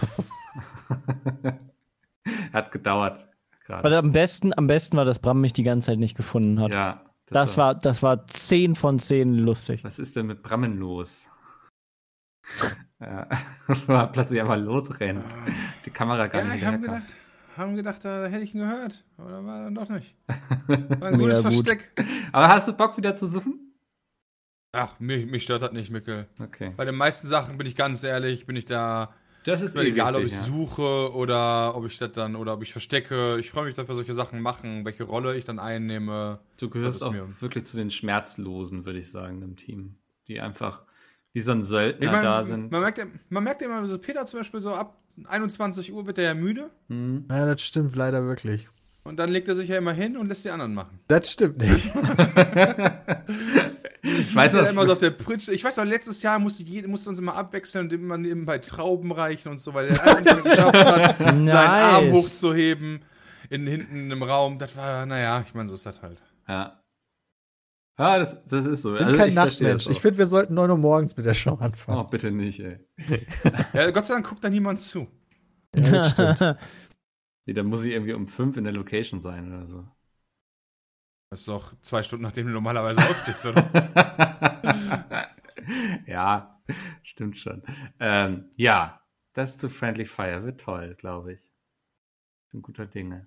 Hat gedauert. Gerade. Weil am besten war, dass Bram mich die ganze Zeit nicht gefunden hat. Ja. Das war 10 von 10 lustig. Was ist denn mit Brammen los? Ja. War plötzlich einfach losrennt. Die Kamera gar nicht mehr. Haben gedacht, da hätte ich ihn gehört. Aber war dann doch nicht. War ein gutes Versteck. Aber hast du Bock wieder zu suchen? Ach, mich stört das nicht, Mikkel. Okay. Bei den meisten Sachen bin ich ganz ehrlich, bin ich da. Das ist egal, richtig, ob ich suche oder ob ich das dann oder ob ich verstecke. Ich freue mich, dass wir solche Sachen machen, welche Rolle ich dann einnehme. Du gehörst auch wirklich zu den Schmerzlosen, würde ich sagen, im Team. Die einfach wie so ein Söldner da sind. Man merkt ja immer, so Peter zum Beispiel, so ab 21 Uhr wird er ja müde. Mhm. Ja, das stimmt leider wirklich. Und dann legt er sich ja immer hin und lässt die anderen machen. Das stimmt nicht. Ich weiß noch, immer so auf der Pritsche. Ich weiß noch, letztes Jahr musste uns immer abwechseln und immer nebenbei Trauben reichen und so, weil er einfach nicht geschafft hat, seinen Arm hochzuheben hinten im Raum. Das war, naja, ich meine, so ist das halt. Ja. Ja, das ist so. Ich bin kein Nachtmensch. Ich finde, wir sollten 9 Uhr morgens mit der Show anfangen. Oh, bitte nicht, ey. Ja, Gott sei Dank guckt da niemand zu. Ja, das stimmt. Nee, dann muss ich irgendwie um 5 in der Location sein oder so. Das ist doch 2 Stunden, nachdem du normalerweise aufstehst, oder? Ja, stimmt schon. Ja, das zu Friendly Fire wird toll, glaube ich. Ich bin guter Dinge.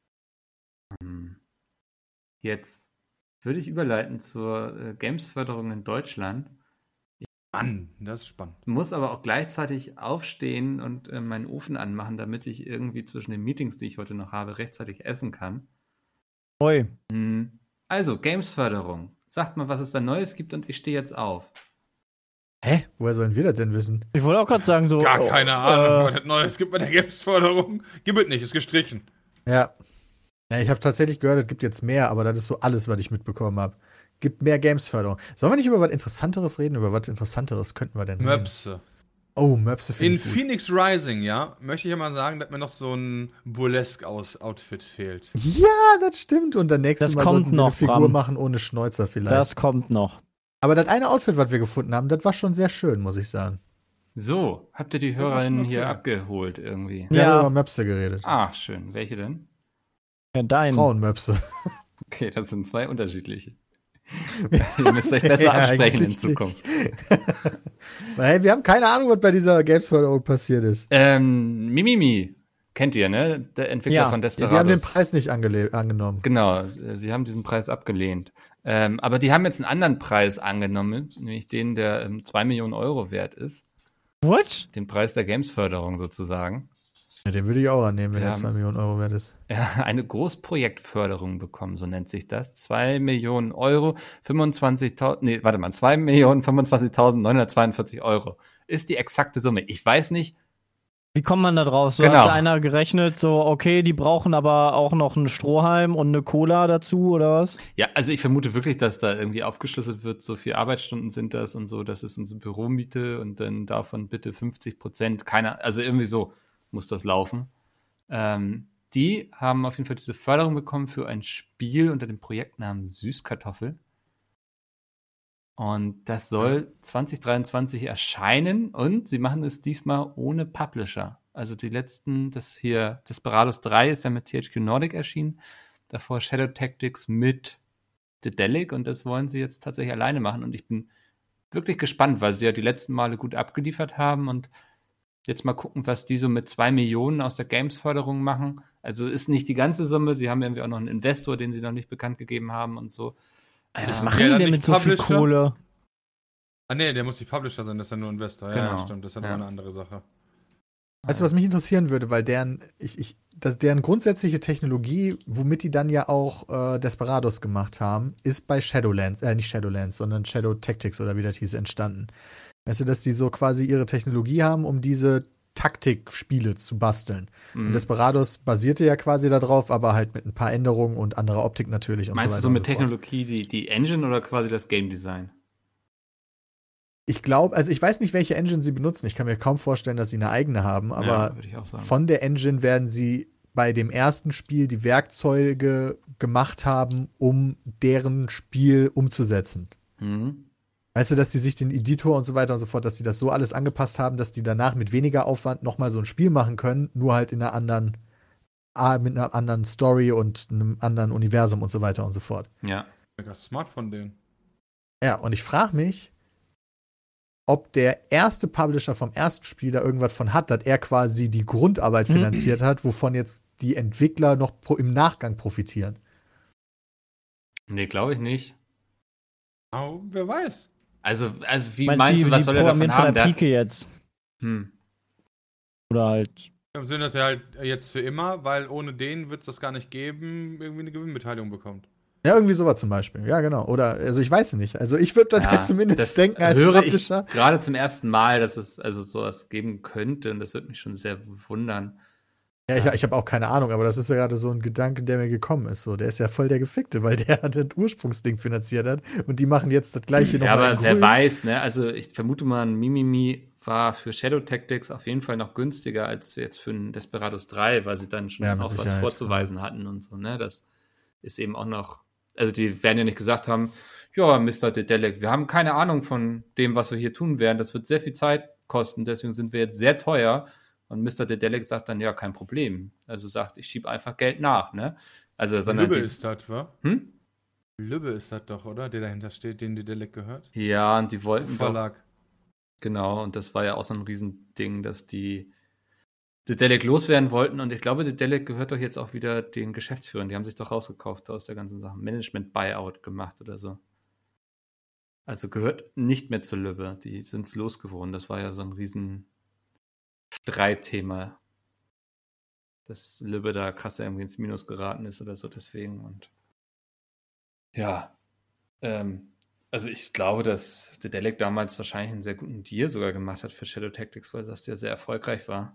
Jetzt würde ich überleiten zur Games-Förderung in Deutschland. Mann, das ist spannend. Muss aber auch gleichzeitig aufstehen und meinen Ofen anmachen, damit ich irgendwie zwischen den Meetings, die ich heute noch habe, rechtzeitig essen kann. Oi. Also, Games-Förderung. Sagt mal, was es da Neues gibt und ich stehe jetzt auf. Hä? Woher sollen wir das denn wissen? Ich wollte auch gerade sagen, so. Gar keine Ahnung, was das Neues gibt bei der Games-Förderung. Gibt es nicht, ist gestrichen. Ja. Ja, ich habe tatsächlich gehört, es gibt jetzt mehr, aber das ist so alles, was ich mitbekommen habe. Gibt mehr Games-Förderung. Sollen wir nicht über was Interessanteres reden? Über was Interessanteres könnten wir denn reden? Möpse. Oh, Möpse finde In ich gut. Phoenix Rising, ja, möchte ich ja mal sagen, dass mir noch so ein Burlesque-Outfit fehlt. Ja, das stimmt. Und dann nächstes Das Mal kommt sollten wir noch, eine Figur Bram. machen ohne Schnäuzer vielleicht. Das kommt noch. Aber das eine Outfit, was wir gefunden haben, das war schon sehr schön, muss ich sagen. So, habt ihr die war schon Hörerinnen hier okay. abgeholt irgendwie? Wir haben Ja. über Möpse geredet. Ah, schön. Welche denn? Ja, dein. Frauenmöpse. Okay, das sind zwei unterschiedliche. Ihr müsst euch besser Ja, absprechen in eigentlich Zukunft. Weil, hey, wir haben keine Ahnung, was bei dieser Games-Förderung passiert ist. Mimimi, kennt ihr, ne? Der Entwickler Ja. von Ja, Desperados. die haben den Preis nicht angenommen. Genau, sie haben diesen Preis abgelehnt. Aber die haben jetzt einen anderen Preis angenommen, nämlich den, der 2 Millionen Euro wert ist. What? Den Preis der Gamesförderung sozusagen. Ja, den würde ich auch annehmen, wenn Ja. er 2 Millionen Euro wert ist. Eine Großprojektförderung bekommen, so nennt sich das. 2 Millionen Euro, 2.025.942 Euro ist die exakte Summe. Ich weiß nicht. Wie kommt man da drauf? So Genau. hat einer gerechnet, so, okay, die brauchen aber auch noch einen Strohhalm und eine Cola dazu, oder was? Ja, also ich vermute wirklich, dass da irgendwie aufgeschlüsselt wird, so viel Arbeitsstunden sind das und so, das ist unsere Büromiete und dann davon bitte 50%, also irgendwie so muss das laufen. Die haben auf jeden Fall diese Förderung bekommen für ein Spiel unter dem Projektnamen Süßkartoffel. Und das soll 2023 erscheinen und sie machen es diesmal ohne Publisher. Also die letzten, das hier, Desperados 3 ist ja mit THQ Nordic erschienen, davor Shadow Tactics mit Dedelic und das wollen sie jetzt tatsächlich alleine machen und ich bin wirklich gespannt, weil sie ja die letzten Male gut abgeliefert haben und jetzt mal gucken, was die so mit 2 Millionen aus der Games-Förderung machen. Also ist nicht die ganze Summe, sie haben irgendwie auch noch einen Investor, den sie noch nicht bekannt gegeben haben und so. Was Ja. machen Ja, die dann denn nicht mit so viel Publisher? Kohle? Ah, nee, der muss nicht Publisher sein, das ist ja nur Investor. Ja, Genau. ja, stimmt, das ist ja Ja. nochmal eine andere Sache. Weißt du, was mich interessieren würde, weil deren grundsätzliche Technologie, womit die dann ja auch Desperados gemacht haben, ist bei Shadowlands, nicht Shadowlands, sondern Shadow Tactics oder wie das hieß, entstanden. Weißt du, dass die so quasi ihre Technologie haben, um diese Taktikspiele zu basteln. Und Desperados basierte ja quasi darauf, aber halt mit ein paar Änderungen und anderer Optik natürlich und Meinst so du weiter. so mit und so fort. Technologie die Engine oder quasi das Game Design? Ich glaube, also ich weiß nicht, welche Engine sie benutzen. Ich kann mir kaum vorstellen, dass sie eine eigene haben, Ja, aber würde ich auch sagen. von der Engine werden sie bei dem ersten Spiel die Werkzeuge gemacht haben, um deren Spiel umzusetzen. Mhm. Weißt du, dass die sich den Editor und so weiter und so fort, dass die das so alles angepasst haben, dass die danach mit weniger Aufwand nochmal so ein Spiel machen können, nur halt in einer anderen, mit einer anderen Story und einem anderen Universum und so weiter und so fort. Ja. Mega smart von denen. Ja, und ich frage mich, ob der erste Publisher vom ersten Spiel da irgendwas von hat, dass er quasi die Grundarbeit finanziert hat, wovon jetzt die Entwickler noch im Nachgang profitieren. Nee, glaube ich nicht. Oh, wer weiß. Also wie meinst du, die was soll er davon programmieren von haben? der Pike jetzt? Hm. Oder halt. Im Sinne, dass er halt jetzt für immer, weil ohne den wird es das gar nicht geben, irgendwie eine Gewinnbeteiligung bekommt. Ja, irgendwie sowas zum Beispiel. Ja, genau. Oder, also ich weiß nicht. Also ich würde dann halt zumindest das denken als höre Publisher. ich gerade zum ersten Mal, dass es also sowas geben könnte und das würde mich schon sehr wundern. Ja, ich habe auch keine Ahnung, aber das ist ja gerade so ein Gedanke, der mir gekommen ist. So, der ist ja voll der Gefickte, weil der das Ursprungsding finanziert hat und die machen jetzt das gleiche Ja, nochmal. aber wer weiß, ne? Also ich vermute mal, ein Mimimi war für Shadow Tactics auf jeden Fall noch günstiger als jetzt für ein Desperados 3, weil sie dann schon Ja, mit auch was Sicherheit, vorzuweisen hatten und so, ne? Das ist eben auch noch, also die werden ja nicht gesagt haben, ja, Mr. Dedelic, wir haben keine Ahnung von dem, was wir hier tun werden. Das wird sehr viel Zeit kosten, deswegen sind wir jetzt sehr teuer. Und Mr. Dedelic sagt dann, ja, kein Problem. Also sagt, ich schiebe einfach Geld nach, ne? Also, sondern Lübbe die, ist das, wa? hm? Lübbe ist das doch, oder? Der dahinter steht, den die Delec gehört. Ja, und die wollten doch, Verlag. genau, und das war ja auch so ein Riesending, dass die Dedelic loswerden wollten. Und ich glaube, Dedelic gehört doch jetzt auch wieder den Geschäftsführern. Die haben sich doch rausgekauft aus der ganzen Sache. Management-Buyout gemacht oder so. Also gehört nicht mehr zu Lübbe. Die sind es losgeworden. Das war ja so ein riesen Streitthema, dass Lübbe da krass irgendwie ins Minus geraten ist oder so deswegen und ja, also ich glaube, dass Dedelic damals wahrscheinlich einen sehr guten Deal sogar gemacht hat für Shadow Tactics, weil das ja sehr erfolgreich war.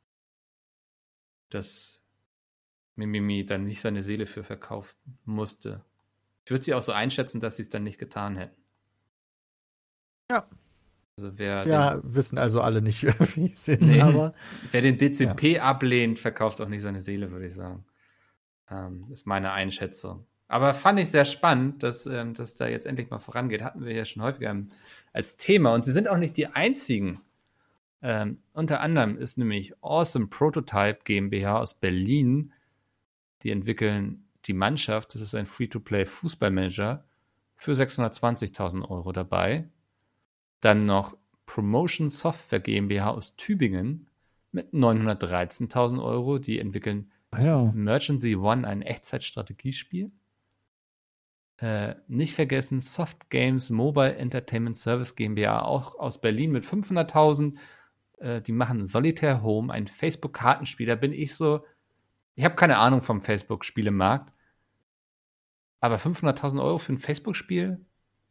Dass Mimimi dann nicht seine Seele für verkaufen musste. Ich würde sie auch so einschätzen, dass sie es dann nicht getan hätten. Ja. Also wer Ja, wissen also alle nicht, wie es ist, Nee. aber wer den DCP ablehnt, verkauft auch nicht seine Seele, würde ich sagen. Ist meine Einschätzung. Aber fand ich sehr spannend, dass da jetzt endlich mal vorangeht. Hatten wir ja schon häufiger als Thema. Und sie sind auch nicht die einzigen. Unter anderem ist nämlich Awesome Prototype GmbH aus Berlin. Die entwickeln die Mannschaft. Das ist ein Free-to-Play-Fußballmanager für 620.000 Euro dabei. Dann noch Promotion Software GmbH aus Tübingen mit 913.000 Euro. Die entwickeln Ja. Emergency One, ein Echtzeitstrategiespiel. Nicht vergessen, Soft Games Mobile Entertainment Service GmbH, auch aus Berlin mit 500.000. Die machen Solitaire Home, ein Facebook-Kartenspiel. Da bin ich so, ich habe keine Ahnung vom Facebook-Spielemarkt, aber 500.000 Euro für ein Facebook-Spiel?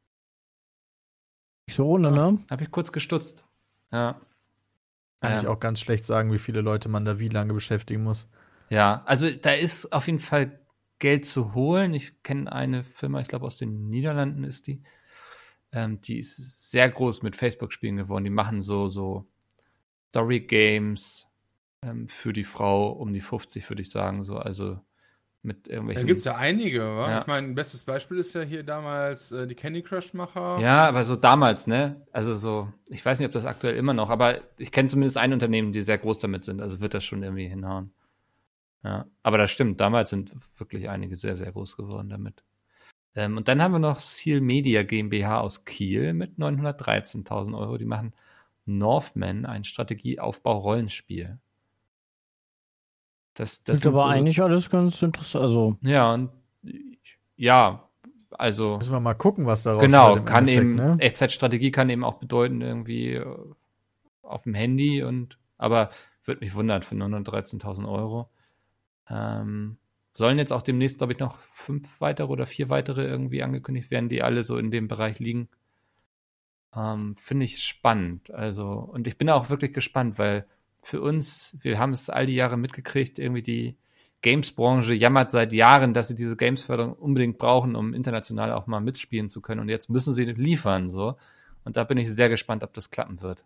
Nicht so ohne, ne? Habe ich kurz gestutzt. Ja. kann ich auch ganz schlecht sagen, wie viele Leute man da wie lange beschäftigen muss. Ja, also da ist auf jeden Fall Geld zu holen. Ich kenne eine Firma, ich glaube aus den Niederlanden ist die. Die ist sehr groß mit Facebook-Spielen geworden. Die machen so Story-Games für die Frau um die 50, würde ich sagen. So, also mit Da irgendwelchen. gibt es ja einige, wa? Ja. Ich meine, ein bestes Beispiel ist ja hier damals die Candy Crush-Macher. Ja, aber so damals, ne? Also so, ich weiß nicht, ob das aktuell immer noch, aber ich kenne zumindest ein Unternehmen, die sehr groß damit sind. Also wird das schon irgendwie hinhauen. Ja, aber das stimmt. Damals sind wirklich einige sehr, sehr groß geworden damit. Und dann haben wir noch Seal Media GmbH aus Kiel mit 913.000 Euro. Die machen Northman, ein Strategieaufbau-Rollenspiel. Das Klingt sind aber so, eigentlich alles ganz interessant. Also, ja, und ja, also Müssen wir mal gucken, was daraus genau, wird im kann Endeffekt, eben, ne? Echtzeitstrategie kann eben auch bedeuten, irgendwie auf dem Handy aber würde mich wundern für 913.000 Euro. Sollen jetzt auch demnächst, glaube ich, noch 5 weitere oder 4 weitere irgendwie angekündigt werden, die alle so in dem Bereich liegen. Finde ich spannend. Also, und ich bin auch wirklich gespannt, weil für uns, wir haben es all die Jahre mitgekriegt, irgendwie die Games-Branche jammert seit Jahren, dass sie diese Games-Förderung unbedingt brauchen, um international auch mal mitspielen zu können. Und jetzt müssen sie liefern, so. Und da bin ich sehr gespannt, ob das klappen wird.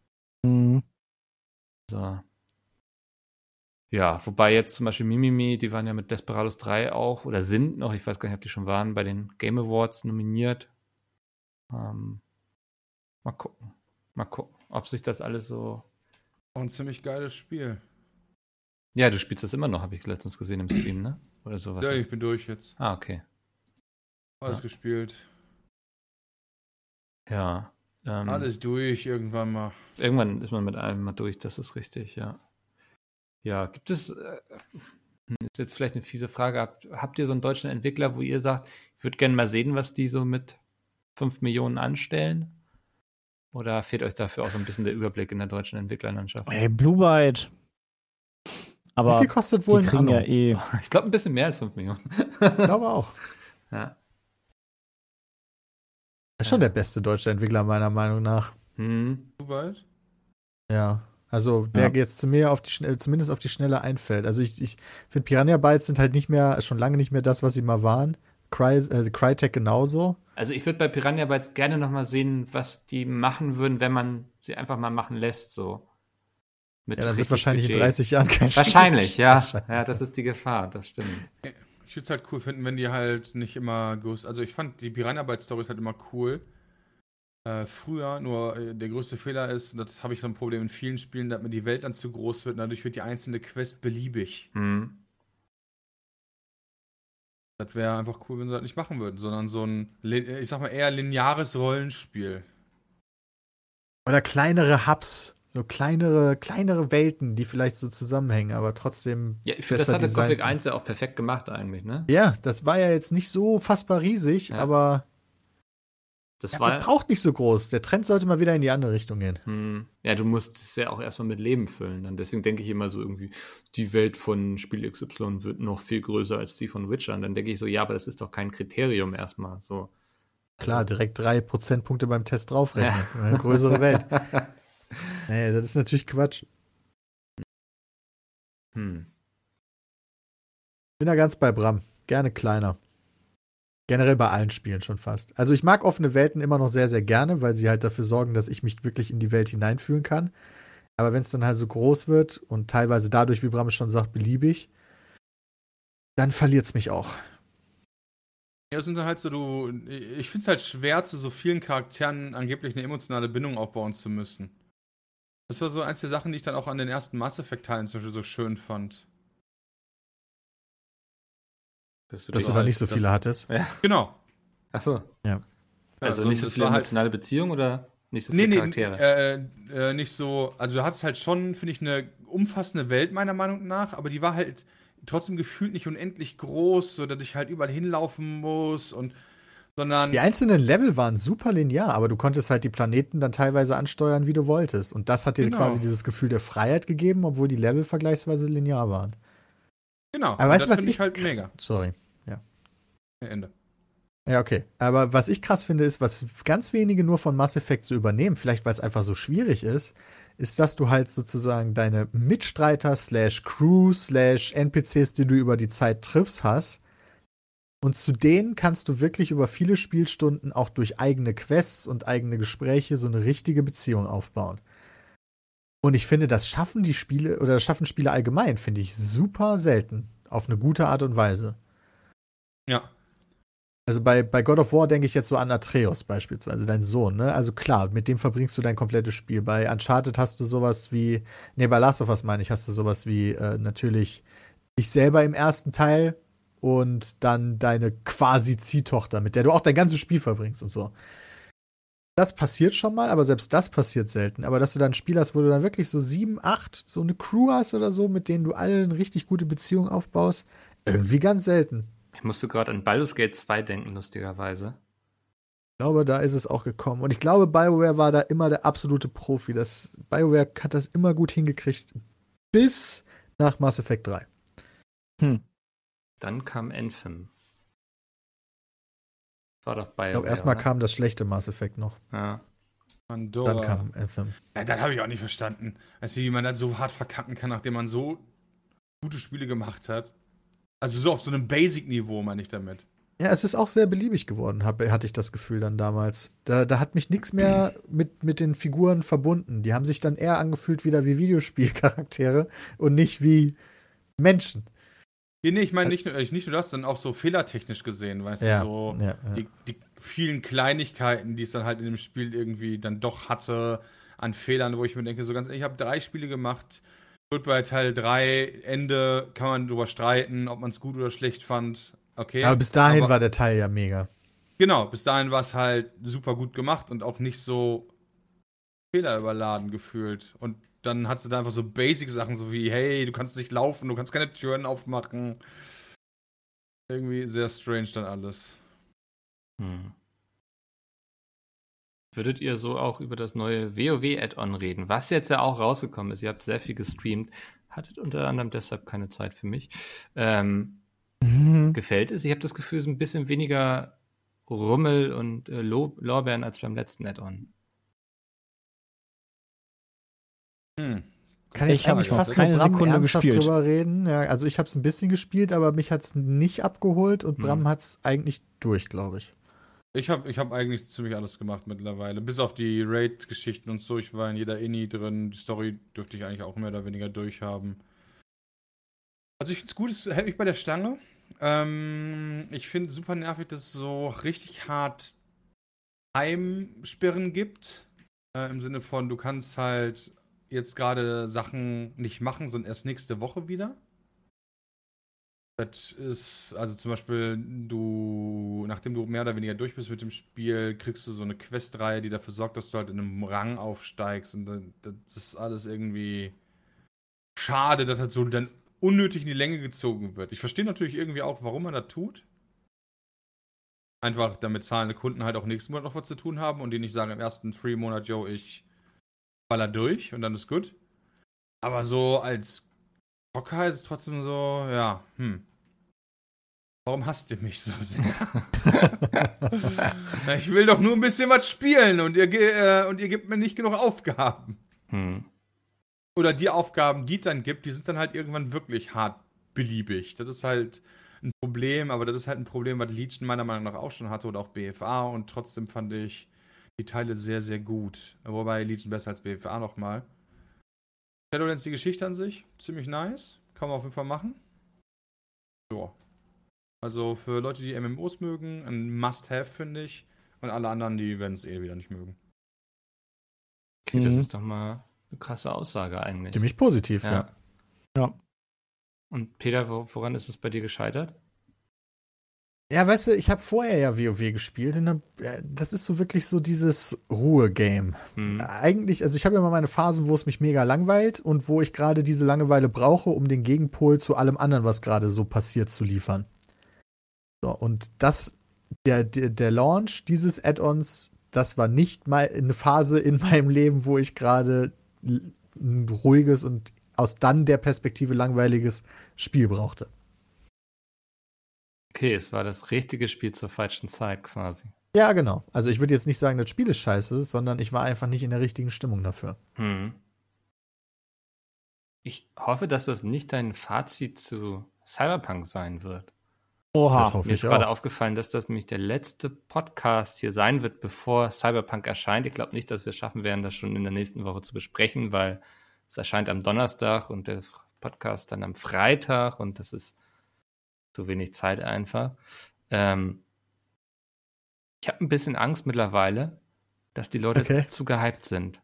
So. Ja, wobei jetzt zum Beispiel Mimimi, die waren ja mit Desperados 3 auch, oder sind noch, ich weiß gar nicht, ob die schon waren, bei den Game Awards nominiert. Mal gucken, ob sich das alles so... Auch ein ziemlich geiles Spiel. Ja, du spielst das immer noch, habe ich letztens gesehen im Stream, ne? Oder sowas. Ja, ich bin durch jetzt. Ah, okay. Alles Ja. gespielt. Ja. Alles durch irgendwann mal. Irgendwann ist man mit allem mal durch, das ist richtig, ja. Ja, gibt es, ist jetzt vielleicht eine fiese Frage, habt ihr so einen deutschen Entwickler, wo ihr sagt, ich würde gerne mal sehen, was die so mit 5 Millionen anstellen? Oder fehlt euch dafür auch so ein bisschen der Überblick in der deutschen Entwicklerlandschaft? ey, Blue Byte. Wie Aber viel kostet die wohl ein kriegen Anno? ja eh. Ich glaube, ein bisschen mehr als 5 Millionen. Ich glaube auch. Ja. Ist schon der beste deutsche Entwickler, meiner Meinung nach. Du weit? Ja. Also, der jetzt zu mir zumindest auf die Schnelle einfällt. Also, ich finde, Piranha Bytes sind halt nicht mehr, schon lange nicht mehr das, was sie mal waren. Crytek genauso. Also ich würde bei Piranha Bytes gerne noch mal sehen, was die machen würden, wenn man sie einfach mal machen lässt, so. Mit Ja, dann wird richtig wahrscheinlich Budget. in 30 Jahren kein Spiel. Wahrscheinlich, ja. Wahrscheinlich. Ja, das ist die Gefahr, das stimmt. Ich würde es halt cool finden, wenn die halt nicht immer also ich fand die Piranha Bytes Stories halt immer cool. Früher, nur der größte Fehler ist, und das habe ich so ein Problem in vielen Spielen, dass mir die Welt dann zu groß wird und dadurch wird die einzelne Quest beliebig. Das wäre einfach cool, wenn sie das nicht machen würden, sondern so ein, ich sag mal, eher lineares Rollenspiel. Oder kleinere Hubs. So kleinere Welten, die vielleicht so zusammenhängen, aber trotzdem. Ja, ich finde, das besser hat der designt Gothic sind. 1 ja auch perfekt gemacht eigentlich, ne? Ja, das war ja jetzt nicht so fassbar riesig, Ja. aber Das ja, war das braucht nicht so groß. Der Trend sollte mal wieder in die andere Richtung gehen. Ja, du musst es ja auch erstmal mit Leben füllen. Dann deswegen denke ich immer so irgendwie, die Welt von Spiel XY wird noch viel größer als die von Witcher. Und dann denke ich so, ja, aber das ist doch kein Kriterium erstmal. So. Klar, direkt 3 Prozentpunkte beim Test draufrechnen. Eine größere Welt. Nee, das ist natürlich Quatsch. Hm. Bin da ganz bei Bram. Gerne kleiner. Generell bei allen Spielen schon fast. Also ich mag offene Welten immer noch sehr, sehr gerne, weil sie halt dafür sorgen, dass ich mich wirklich in die Welt hineinfühlen kann. Aber wenn es dann halt so groß wird und teilweise dadurch, wie Bram schon sagt, beliebig, dann verliert es mich auch. Ja, es sind dann halt so, ich finde es halt schwer, zu so vielen Charakteren angeblich eine emotionale Bindung aufbauen zu müssen. Das war so eins der Sachen, die ich dann auch an den ersten Mass Effect-Teilen zum Beispiel so schön fand. Dass du da nicht so viele hattest. Ja. Genau. Achso. Ja. Also Ja, nicht so das viele war halt- emotionale Beziehungen oder nicht so viele Charaktere? Nicht so, also du hattest halt schon, finde ich, eine umfassende Welt meiner Meinung nach, aber die war halt trotzdem gefühlt nicht unendlich groß, so dass ich halt überall hinlaufen muss sondern Die einzelnen Level waren super linear, aber du konntest halt die Planeten dann teilweise ansteuern, wie du wolltest. Und das hat dir Genau. quasi dieses Gefühl der Freiheit gegeben, obwohl die Level vergleichsweise linear waren. genau. Aber Und weißt du, das was finde ich halt mega. Sorry. Ende. Ja, okay. Aber was ich krass finde, ist, was ganz wenige nur von Mass Effect so übernehmen, vielleicht weil es einfach so schwierig ist, dass du halt sozusagen deine Mitstreiter / Crew / NPCs, die du über die Zeit triffst, hast. Und zu denen kannst du wirklich über viele Spielstunden auch durch eigene Quests und eigene Gespräche so eine richtige Beziehung aufbauen. Und ich finde, das schaffen die Spiele, oder das schaffen Spiele allgemein, finde ich super selten. Auf eine gute Art und Weise. Ja. Also bei God of War denke ich jetzt so an Atreus beispielsweise, dein Sohn, ne? Also klar, mit dem verbringst du dein komplettes Spiel. Bei Uncharted hast du sowas wie, bei Last of Us meine ich, hast du sowas wie natürlich dich selber im ersten Teil und dann deine quasi Ziehtochter, mit der du auch dein ganzes Spiel verbringst und so. Das passiert schon mal, aber selbst das passiert selten. Aber dass du dann ein Spiel hast, wo du dann wirklich so 7, 8, so eine Crew hast oder so, mit denen du alle eine richtig gute Beziehung aufbaust, irgendwie ganz selten. Ich musste gerade an Baldur's Gate 2 denken, lustigerweise. Ich glaube, da ist es auch gekommen. Und ich glaube, BioWare war da immer der absolute Profi. BioWare hat das immer gut hingekriegt. Bis nach Mass Effect 3. Dann kam Anthem. Das war doch bei. Ich glaube, erstmal kam das schlechte Mass Effect noch. Ja. Pandora. Dann kam Anthem. Ja, das habe ich auch nicht verstanden. Weißt du, wie man das so hart verkacken kann, nachdem man so gute Spiele gemacht hat. Also so auf so einem Basic-Niveau, meine ich damit. Ja, es ist auch sehr beliebig geworden, hatte ich das Gefühl dann damals. Da hat mich nichts mehr mit den Figuren verbunden. Die haben sich dann eher angefühlt wieder wie Videospielcharaktere und nicht wie Menschen. Nee, ich meine nicht nur das, sondern auch so fehlertechnisch gesehen, weißt du, so die vielen Kleinigkeiten, die es dann halt in dem Spiel irgendwie dann doch hatte an Fehlern, wo ich mir denke, so ganz ehrlich, ich habe 3 Spiele gemacht, wird bei Teil 3, Ende, kann man drüber streiten, ob man es gut oder schlecht fand. Okay. Aber bis dahin war der Teil ja mega. Genau, bis dahin war es halt super gut gemacht und auch nicht so fehlerüberladen gefühlt. Und dann hat sie da einfach so Basic-Sachen, so wie, hey, du kannst nicht laufen, du kannst keine Türen aufmachen. Irgendwie sehr strange dann alles. Würdet ihr so auch über das neue WoW-Add-on reden, was jetzt ja auch rausgekommen ist? Ihr habt sehr viel gestreamt, hattet unter anderem deshalb keine Zeit für mich. Gefällt es? Ich habe das Gefühl, es ist ein bisschen weniger Rummel und Lorbeeren als beim letzten Add-on. Kann ich habe fast keine mit Bram Sekunde ernsthaft gespielt. drüber reden. Ja, also ich habe es ein bisschen gespielt, aber mich hat es nicht abgeholt und Bram hat es eigentlich durch, glaube ich. Ich hab eigentlich ziemlich alles gemacht mittlerweile. Bis auf die Raid-Geschichten und so. Ich war in jeder Inni drin. Die Story dürfte ich eigentlich auch mehr oder weniger durchhaben. Also ich finde es gut, es hält mich bei der Stange. Ich finde es super nervig, dass es so richtig hart Heimsperren gibt. Im Sinne von, du kannst halt jetzt gerade Sachen nicht machen, sondern erst nächste Woche wieder. Das ist, also zum Beispiel, nachdem du mehr oder weniger durch bist mit dem Spiel, kriegst du so eine Questreihe, die dafür sorgt, dass du halt in einem Rang aufsteigst. Und das ist alles irgendwie schade, dass das so dann unnötig in die Länge gezogen wird. Ich verstehe natürlich irgendwie auch, warum man das tut. Einfach, damit zahlende Kunden halt auch nächsten Monat noch was zu tun haben und die nicht sagen im ersten Free-Monat, yo, ich baller durch und dann ist gut. Aber so als Zocker ist es trotzdem so, ja, warum hasst ihr mich so sehr? Ich will doch nur ein bisschen was spielen und ihr gebt mir nicht genug Aufgaben. Oder die Aufgaben, die es dann gibt, die sind dann halt irgendwann wirklich hart beliebig. Das ist halt, ein Problem, aber das ist halt ein Problem, was Legion meiner Meinung nach auch schon hatte oder auch BFA und trotzdem fand ich die Teile sehr, sehr gut. Wobei Legion besser als BFA nochmal. Shadowlands, die Geschichte an sich, ziemlich nice. Kann man auf jeden Fall machen. Ja. Also für Leute, die MMOs mögen, ein Must-Have, finde ich. Und alle anderen, die werden es eh wieder nicht mögen. Okay, das ist doch mal eine krasse Aussage eigentlich. Ziemlich positiv, ja. Und Peter, woran ist es bei dir gescheitert? Ja, weißt du, ich habe vorher ja WoW gespielt und das ist so wirklich so dieses Ruhe-Game. Eigentlich, also ich habe ja mal meine Phasen, wo es mich mega langweilt und wo ich gerade diese Langeweile brauche, um den Gegenpol zu allem anderen, was gerade so passiert, zu liefern. So, und der Launch dieses Add-ons, das war nicht mal eine Phase in meinem Leben, wo ich gerade ein ruhiges und aus dann der Perspektive langweiliges Spiel brauchte. Okay, es war das richtige Spiel zur falschen Zeit quasi. Ja, genau. Also ich würde jetzt nicht sagen, das Spiel ist scheiße, sondern ich war einfach nicht in der richtigen Stimmung dafür. Ich hoffe, dass das nicht dein Fazit zu Cyberpunk sein wird. Oha. Das hoffe Mir ist ich gerade auch. aufgefallen, dass das nämlich der letzte Podcast hier sein wird, bevor Cyberpunk erscheint. Ich glaube nicht, dass wir es schaffen werden, das schon in der nächsten Woche zu besprechen, weil es erscheint am Donnerstag und der Podcast dann am Freitag und das ist zu wenig Zeit einfach. Ich habe ein bisschen Angst mittlerweile, dass die Leute zu gehypt sind.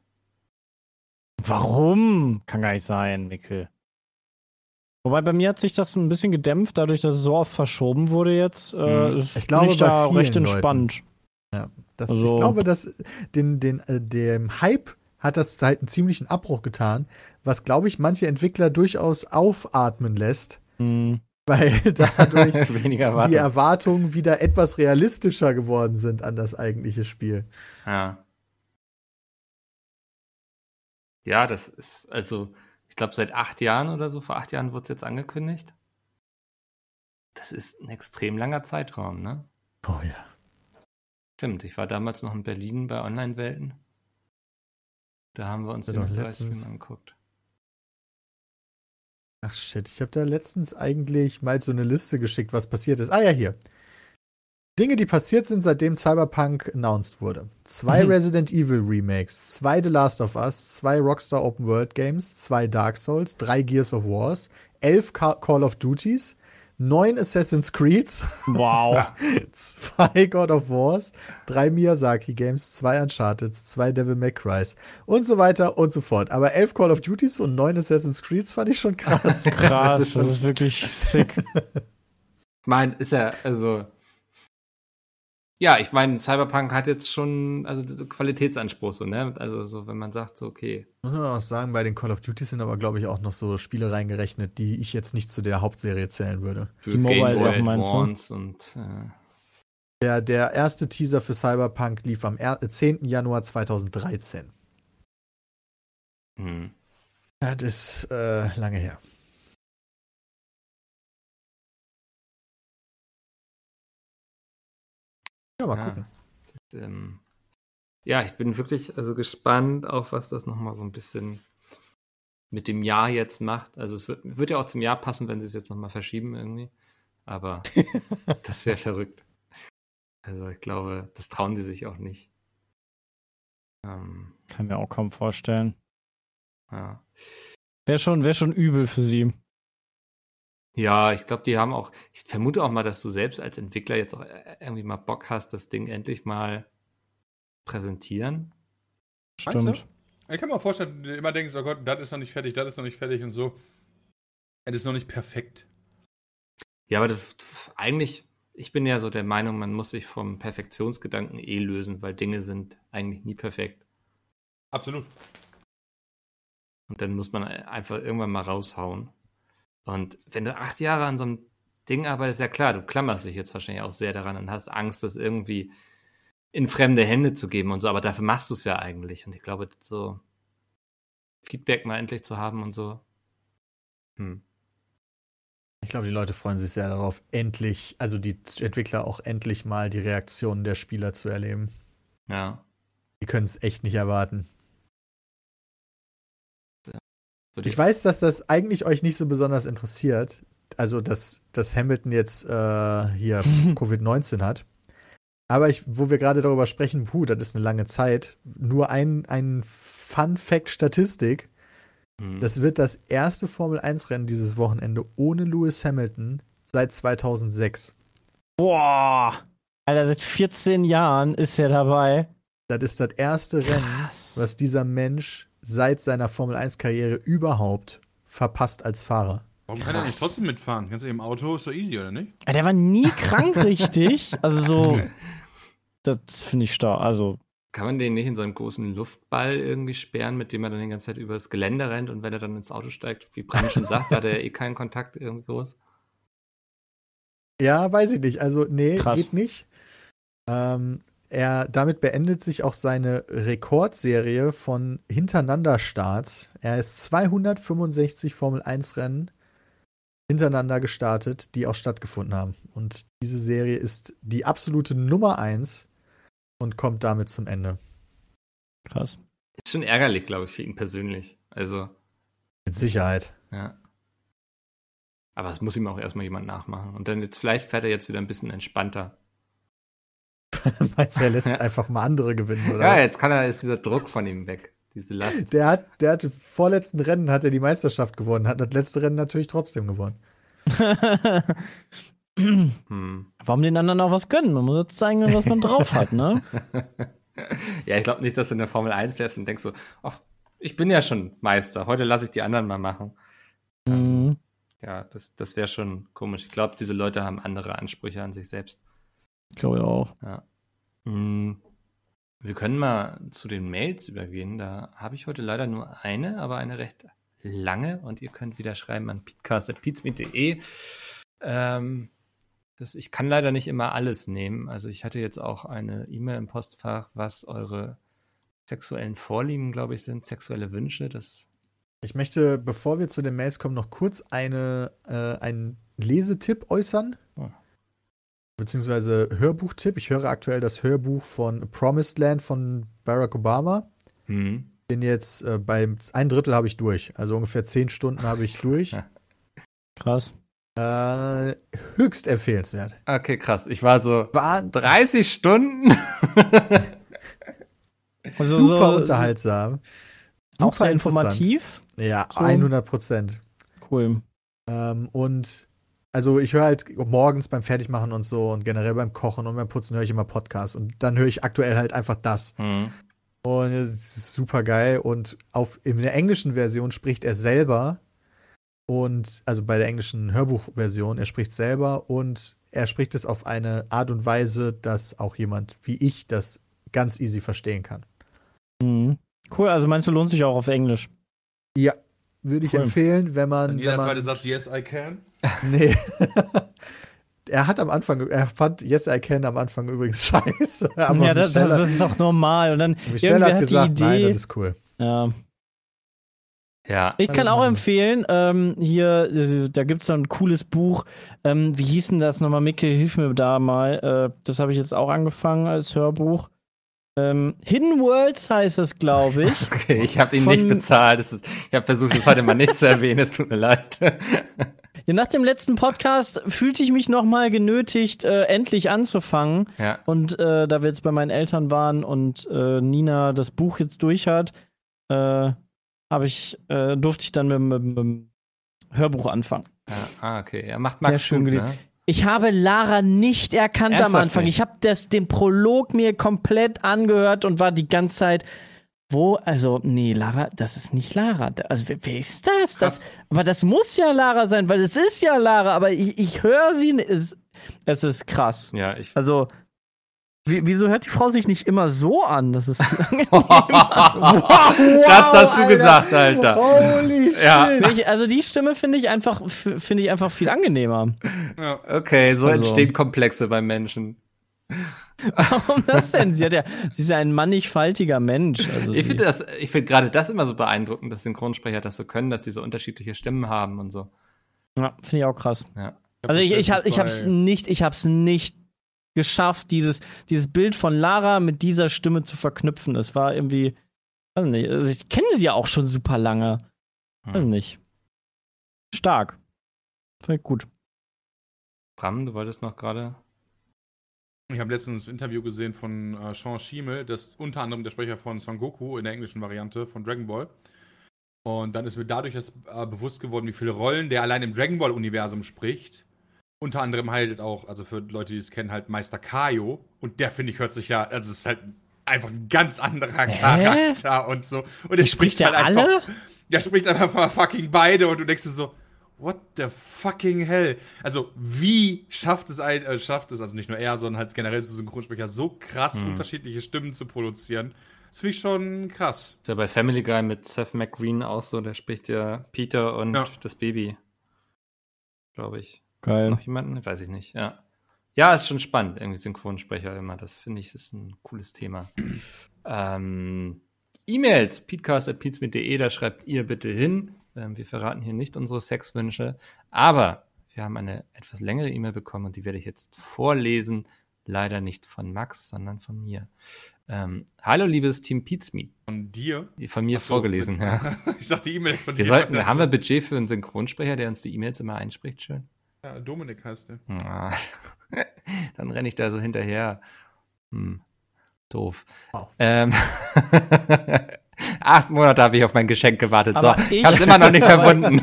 Warum? Kann gar nicht sein, Mikkel. Wobei bei mir hat sich das ein bisschen gedämpft, dadurch, dass es so oft verschoben wurde jetzt. Ich glaube, bin ich da bei recht vielen entspannt. Ja, Also- ich glaube, dass dem Hype hat das halt einen ziemlichen Abbruch getan, was, glaube ich, manche Entwickler durchaus aufatmen lässt, weil dadurch Weniger die Erwartung. Erwartungen wieder etwas realistischer geworden sind an das eigentliche Spiel. Ja, das ist, also, ich glaube, seit 8 Jahren oder so, vor 8 Jahren wurde es jetzt angekündigt. Das ist ein extrem langer Zeitraum, ne? Oh ja. Stimmt, ich war damals noch in Berlin bei Online-Welten. Da haben wir uns Ja, den doch, 30 letztens. Minuten angeguckt. Ach shit, ich habe da letztens eigentlich mal so eine Liste geschickt, was passiert ist. Ah ja, hier. Dinge, die passiert sind, seitdem Cyberpunk announced wurde. 2 Resident Evil Remakes, 2 The Last of Us, 2 Rockstar Open World Games, 2 Dark Souls, 3 Gears of Wars, 11 Call of Duties, 9 Assassin's Creeds, Wow. 2 God of Wars, 3 Miyazaki Games, 2 Uncharted, 2 Devil May Crys und so weiter und so fort. Aber 11 Call of Duties und 9 Assassin's Creeds fand ich schon krass. Krass, das ist wirklich sick. Ich meine, ist ja, also. Ja, ich meine, Cyberpunk hat jetzt schon, also so Qualitätsanspruch, so, ne? Also, so, wenn man sagt, so, okay. Muss man auch sagen, bei den Call of Duty sind aber, glaube ich, auch noch so Spiele reingerechnet, die ich jetzt nicht zu der Hauptserie zählen würde. Für Die Mobile Game Boy Sachen meinst du? Advance und. Der erste Teaser für Cyberpunk lief am 10. Januar 2013. Das ist lange her. Ja, mal gucken. Ja, ich bin wirklich also gespannt, auf was das nochmal so ein bisschen mit dem Jahr jetzt macht. Also es wird ja auch zum Jahr passen, wenn sie es jetzt nochmal verschieben irgendwie. Aber das wäre verrückt. Also ich glaube, das trauen die sich auch nicht. Kann mir auch kaum vorstellen. Ja. Wäre schon übel für sie. Ja, ich glaube, die haben auch, ich vermute auch mal, dass du selbst als Entwickler jetzt auch irgendwie mal Bock hast, das Ding endlich mal präsentieren. Meinst du? Stimmt. Ich kann mir vorstellen, du immer denkst, oh Gott, das ist noch nicht fertig, das ist noch nicht fertig und so. Es ist noch nicht perfekt. Ja, aber eigentlich, ich bin ja so der Meinung, man muss sich vom Perfektionsgedanken lösen, weil Dinge sind eigentlich nie perfekt. Absolut. Und dann muss man einfach irgendwann mal raushauen. Und wenn du 8 Jahre an so einem Ding arbeitest, ja klar, du klammerst dich jetzt wahrscheinlich auch sehr daran und hast Angst, das irgendwie in fremde Hände zu geben und so, aber dafür machst du es ja eigentlich. Und ich glaube, so Feedback mal endlich zu haben und so. Ich glaube, die Leute freuen sich sehr darauf, endlich, also die Entwickler auch endlich mal die Reaktionen der Spieler zu erleben. Ja. Die können es echt nicht erwarten. Würde Ich weiß, dass das eigentlich euch nicht so besonders interessiert. also dass Hamilton jetzt hier Covid-19 hat. Aber wo wir gerade darüber sprechen, das ist eine lange Zeit. Nur ein Fun-Fact-Statistik. Das wird das erste Formel-1-Rennen dieses Wochenende ohne Lewis Hamilton seit 2006. Boah. Alter, seit 14 Jahren ist er dabei. Das ist das erste Rennen, was dieser Mensch seit seiner Formel-1-Karriere überhaupt verpasst als Fahrer. Warum kann er nicht trotzdem mitfahren? Kannst du im Auto, ist doch easy, oder nicht? Der war nie krank, richtig. Also so, das finde ich stark. Also Kann man den nicht in so einen großen Luftball irgendwie sperren, mit dem er dann die ganze Zeit über das Gelände rennt und wenn er dann ins Auto steigt, wie Bram schon sagt, da hat er keinen Kontakt irgendwie groß? Ja, weiß ich nicht. Also, nee, Krass. geht nicht. Damit beendet sich auch seine Rekordserie von Hintereinander-Starts. Er ist 265 Formel-1-Rennen hintereinander gestartet, die auch stattgefunden haben. Und diese Serie ist die absolute Nummer 1 und kommt damit zum Ende. krass. Ist schon ärgerlich, glaube ich, für ihn persönlich. Also, Mit Sicherheit. ja. Aber es muss ihm auch erstmal jemand nachmachen. Und dann vielleicht fährt er jetzt wieder ein bisschen entspannter. Meinst du, er lässt einfach mal andere gewinnen, oder? Ja, jetzt ist dieser Druck von ihm weg. Diese Last. Der hat vorletzten Rennen hat er die Meisterschaft gewonnen, hat das letzte Rennen natürlich trotzdem gewonnen. Warum den anderen auch was gönnen? Man muss jetzt zeigen, was man drauf hat, ne? Ja, ich glaube nicht, dass du in der Formel 1 fährst und denkst so, ach, ich bin ja schon Meister, heute lasse ich die anderen mal machen. Mhm. Ja, das wäre schon komisch. Ich glaube, diese Leute haben andere Ansprüche an sich selbst. Ich glaube auch. Ja. Wir können mal zu den Mails übergehen. Da habe ich heute leider nur eine, aber eine recht lange. Und ihr könnt wieder schreiben an peatcast@peatsmeet.de. Ich kann leider nicht immer alles nehmen. Also ich hatte jetzt auch eine E-Mail im Postfach, was eure sexuellen Vorlieben, glaube ich, sind, sexuelle Wünsche. Ich möchte, bevor wir zu den Mails kommen, noch kurz einen Lesetipp äußern. Oh. Beziehungsweise Hörbuchtipp. Ich höre aktuell das Hörbuch von Promised Land von Barack Obama. Bin jetzt beim 1/3 habe ich durch. Also ungefähr 10 Stunden habe ich durch. Krass. Höchst empfehlenswert. Okay, krass. Ich war so War 30 Stunden. Also super unterhaltsam. Auch Super sehr interessant. informativ. Ja, So. 100%. Cool. Und also ich höre halt morgens beim Fertigmachen und so und generell beim Kochen und beim Putzen höre ich immer Podcasts. Und dann höre ich aktuell halt einfach das. Und es ist super geil. Und in der englischen Version spricht er selber. Und also bei der englischen Hörbuchversion, er spricht selber und er spricht es auf eine Art und Weise, dass auch jemand wie ich das ganz easy verstehen kann. Mhm. Cool, also meinst du, lohnt sich auch auf Englisch? Ja, würde ich Cool. empfehlen, wenn Und man. jeder Wenn man zweite sagt, yes, I can. nee. Er fand Yes, I Can am Anfang übrigens scheiße. Aber Ja, das ist auch normal. Und dann Michelle irgendwer hat gesagt, die nein, Idee. das ist cool. Ja. Ja. Ich kann Also, auch empfehlen, da gibt es so ein cooles Buch. Wie hieß denn das nochmal? Mikkel, hilf mir da mal. Das habe ich jetzt auch angefangen als Hörbuch. Hidden Worlds heißt es, glaube ich. Okay, ich habe ihn nicht bezahlt. Ich habe versucht, das heute mal nicht zu erwähnen. Es tut mir leid. Ja, nach dem letzten Podcast fühlte ich mich nochmal genötigt, endlich anzufangen. Ja. Und da wir jetzt bei meinen Eltern waren und Nina das Buch jetzt durch hat, durfte ich dann mit dem Hörbuch anfangen. Ja, okay. Ja, macht Sehr Max schön gut, gelesen. ne? Ich habe Lara nicht erkannt am Ernsthaft Anfang. nicht? Ich habe den Prolog mir komplett angehört und war die ganze Zeit, Lara, das ist nicht Lara. Also, wer ist das? Aber das muss ja Lara sein, weil es ist ja Lara, aber ich höre sie, es ist krass. Ja, Also, wieso hört die Frau sich nicht immer so an? Das ist viel angenehmer. das hast du gesagt, Alter. Holy shit. Ja. Also die Stimme finde ich einfach viel angenehmer. Okay, so Also- entstehen Komplexe beim Menschen. Warum das denn? Sie ist ja ein mannigfaltiger Mensch. Also Ich finde gerade das immer so beeindruckend, dass Synchronsprecher das so können, dass die so unterschiedliche Stimmen haben und so. ja, finde ich auch krass. Ja. Also ich hab's nicht geschafft, dieses Bild von Lara mit dieser Stimme zu verknüpfen. Es war irgendwie, weiß nicht, also ich kenne sie ja auch schon super lange. Weiß nicht. Stark. Fand ich gut. Bram, du wolltest noch gerade... Ich habe letztens ein Interview gesehen von Sean Schiemel, das ist unter anderem der Sprecher von Son Goku in der englischen Variante von Dragon Ball. Und dann ist mir dadurch bewusst geworden, wie viele Rollen der allein im Dragon Ball-Universum spricht. Unter anderem halt auch, also für Leute, die es kennen, halt Meister Kaio. Und der, finde ich, hört sich ja, also es ist halt einfach ein ganz anderer Charakter und so. Und er spricht der halt alle? einfach. Der spricht einfach mal fucking beide und du denkst dir so, what the fucking hell? Also, wie schafft es, also nicht nur er, sondern halt generell so Synchronsprecher, so krass unterschiedliche Stimmen zu produzieren? Das finde ich schon krass. Ist ja bei Family Guy mit Seth MacFarlane auch so, der spricht ja Peter und das Baby. Glaube ich. Geil. Noch jemanden? Weiß ich nicht, ja. Ja, ist schon spannend, irgendwie Synchronsprecher immer. Das finde ich, ist ein cooles Thema. E-Mails, peatcast@peatsmeet.de, da schreibt ihr bitte hin. Wir verraten hier nicht unsere Sexwünsche, aber wir haben eine etwas längere E-Mail bekommen und die werde ich jetzt vorlesen. Leider nicht von Max, sondern von mir. Hallo, liebes Team Peatsmeet. Von dir? Von mir vorgelesen, ja. Ich dachte, die E-Mail ist von dir. Haben wir Budget für einen Synchronsprecher, der uns die E-Mails immer einspricht? Schön. Ja, Dominik heißt der. Dann renne ich da so hinterher. Doof. Wow. 8 Monate habe ich auf mein Geschenk gewartet. Aber so, ich habe es immer noch nicht verbunden.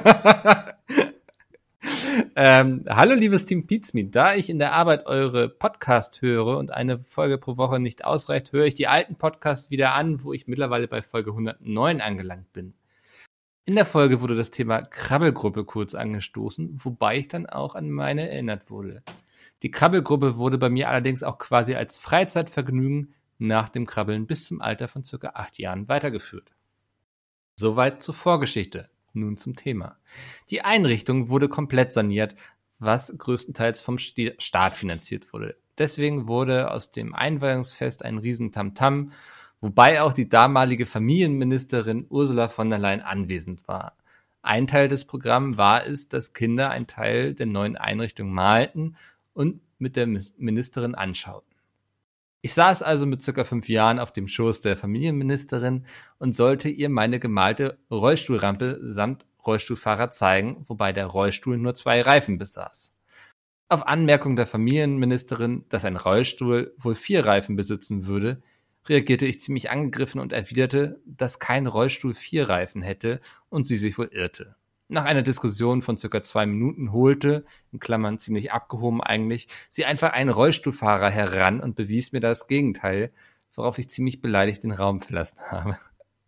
Hallo, liebes Team Peatsmeet. Da ich in der Arbeit eure Podcast höre und eine Folge pro Woche nicht ausreicht, höre ich die alten Podcasts wieder an, wo ich mittlerweile bei Folge 109 angelangt bin. In der Folge wurde das Thema Krabbelgruppe kurz angestoßen, wobei ich dann auch an meine erinnert wurde. Die Krabbelgruppe wurde bei mir allerdings auch quasi als Freizeitvergnügen nach dem Krabbeln bis zum Alter von ca. 8 Jahren weitergeführt. Soweit zur Vorgeschichte. Nun zum Thema. Die Einrichtung wurde komplett saniert, was größtenteils vom Staat finanziert wurde. Deswegen wurde aus dem Einweihungsfest ein riesen Tamtam, wobei auch die damalige Familienministerin Ursula von der Leyen anwesend war. Ein Teil des Programms war es, dass Kinder einen Teil der neuen Einrichtung malten und mit der Ministerin anschauten. Ich saß also mit ca. 5 Jahren auf dem Schoß der Familienministerin und sollte ihr meine gemalte Rollstuhlrampe samt Rollstuhlfahrer zeigen, wobei der Rollstuhl nur 2 Reifen besaß. Auf Anmerkung der Familienministerin, dass ein Rollstuhl wohl 4 Reifen besitzen würde, reagierte ich ziemlich angegriffen und erwiderte, dass kein Rollstuhl 4 Reifen hätte und sie sich wohl irrte. Nach einer Diskussion von ca. 2 Minuten holte, in Klammern ziemlich abgehoben eigentlich, sie einfach einen Rollstuhlfahrer heran und bewies mir das Gegenteil, worauf ich ziemlich beleidigt den Raum verlassen habe.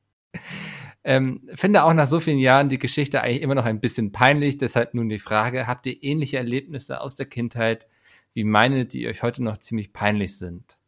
Finde auch nach so vielen Jahren die Geschichte eigentlich immer noch ein bisschen peinlich, deshalb nun die Frage, habt ihr ähnliche Erlebnisse aus der Kindheit wie meine, die euch heute noch ziemlich peinlich sind?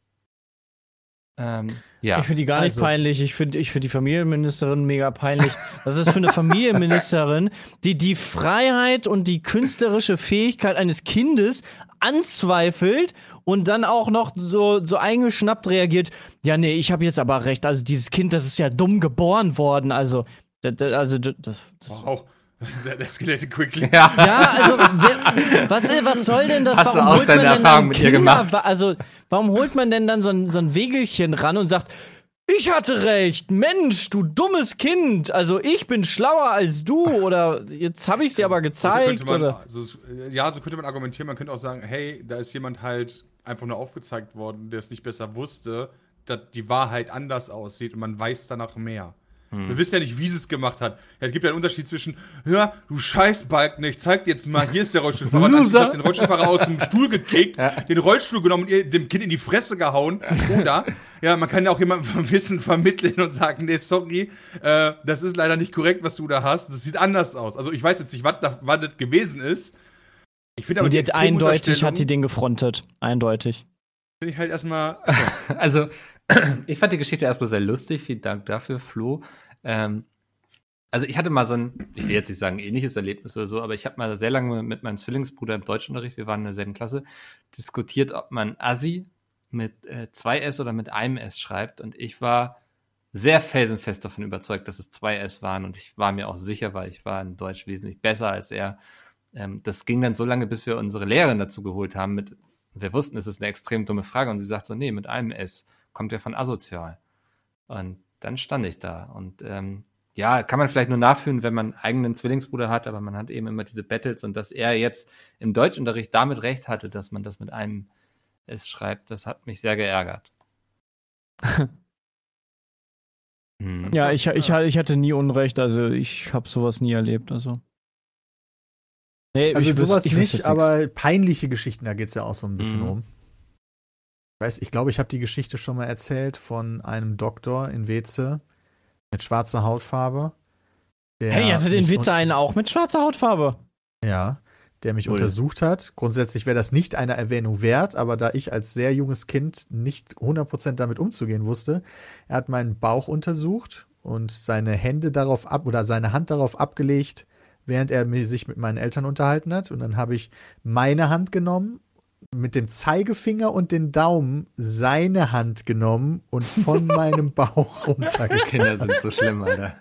Ja. Ich finde die gar nicht peinlich. Ich finde die Familienministerin mega peinlich. Was ist für eine Familienministerin, die die Freiheit und die künstlerische Fähigkeit eines Kindes anzweifelt und dann auch noch so eingeschnappt reagiert. Ja, nee, ich habe jetzt aber recht. Also dieses Kind, das ist ja dumm geboren worden. Also Wow. That escalated quickly. Ja, also was soll denn das? Hast du auch deine Erfahrung mit ihr gemacht? Also warum holt man denn dann so ein Wegelchen ran und sagt, ich hatte recht, Mensch, du dummes Kind. Also ich bin schlauer als du oder jetzt habe ich es dir aber gezeigt. So könnte man argumentieren. Man könnte auch sagen, hey, da ist jemand halt einfach nur aufgezeigt worden, der es nicht besser wusste, dass die Wahrheit anders aussieht und man weiß danach mehr. Wir wissen ja nicht, wie sie es gemacht hat. Es gibt ja einen Unterschied zwischen, ja, du Scheißbalken, ich zeig dir jetzt mal, hier ist der Rollstuhlfahrer. Und dann hat den Rollstuhlfahrer aus dem Stuhl gekickt, den Rollstuhl genommen und dem Kind in die Fresse gehauen. Oder, ja, man kann ja auch jemandem Wissen vermitteln und sagen, nee, sorry, das ist leider nicht korrekt, was du da hast. Das sieht anders aus. Also ich weiß jetzt nicht, was das gewesen ist. Ich finde aber die eindeutig hat die den gefrontet. Eindeutig. Finde ich halt erstmal. Also, ich fand die Geschichte erstmal sehr lustig. Vielen Dank dafür, Flo. Also, ich hatte mal so ich will jetzt nicht sagen ähnliches Erlebnis oder so, aber ich habe mal sehr lange mit meinem Zwillingsbruder im Deutschunterricht, wir waren in derselben Klasse, diskutiert, ob man Assi mit 2 S oder mit einem S schreibt. Und ich war sehr felsenfest davon überzeugt, dass es 2 S waren. Und ich war mir auch sicher, weil ich war in Deutsch wesentlich besser als er. Das ging dann so lange, bis wir unsere Lehrerin dazu geholt haben. Wir wussten, es ist eine extrem dumme Frage. Und sie sagt so, nee, mit einem S kommt ja von asozial. Und dann stand ich da. Und Ja, kann man vielleicht nur nachfühlen, wenn man einen eigenen Zwillingsbruder hat, aber man hat eben immer diese Battles und dass er jetzt im Deutschunterricht damit recht hatte, dass man das mit einem S schreibt, das hat mich sehr geärgert. Ja, ich hatte nie Unrecht, also ich habe sowas nie erlebt, also. Nee, Also sowas ich wüsste nicht, aber peinliche Geschichten, da geht es ja auch so ein bisschen um. Ich glaube, ich habe die Geschichte schon mal erzählt von einem Doktor in Weze mit schwarzer Hautfarbe. Hey, hatte den Witze einen auch mit schwarzer Hautfarbe? Ja, der mich untersucht hat. Grundsätzlich wäre das nicht einer Erwähnung wert, aber da ich als sehr junges Kind nicht 100% damit umzugehen wusste, er hat meinen Bauch untersucht und seine Hand darauf abgelegt, während er sich mit meinen Eltern unterhalten hat. Und dann habe ich meine Hand genommen, mit dem Zeigefinger und den Daumen seine Hand genommen und von meinem Bauch runtergetan. Kinder sind so schlimm, Alter.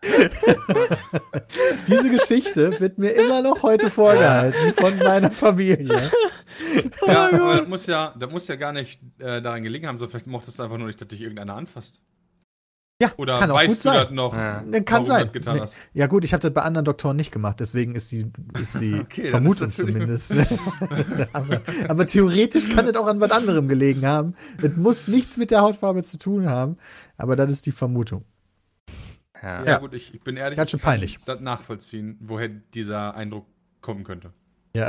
Diese Geschichte wird mir immer noch heute vorgehalten von meiner Familie. Ja, aber das muss ja gar nicht daran gelegen haben, so vielleicht mochtest du einfach nur nicht, dass dich irgendeiner anfasst. Ja, Oder kann auch gut weißt du sein. das noch? Ja. Kann sein. Getan hast? Ja gut, ich habe das bei anderen Doktoren nicht gemacht, deswegen ist die Okay, Vermutung das ist natürlich- zumindest. aber theoretisch kann das auch an was anderem gelegen haben. Das muss nichts mit der Hautfarbe zu tun haben, aber das ist die Vermutung. Ja. Ja, gut, ich bin ehrlich, Ganz schön ich kann peinlich. das nachvollziehen, woher dieser Eindruck kommen könnte. Ja.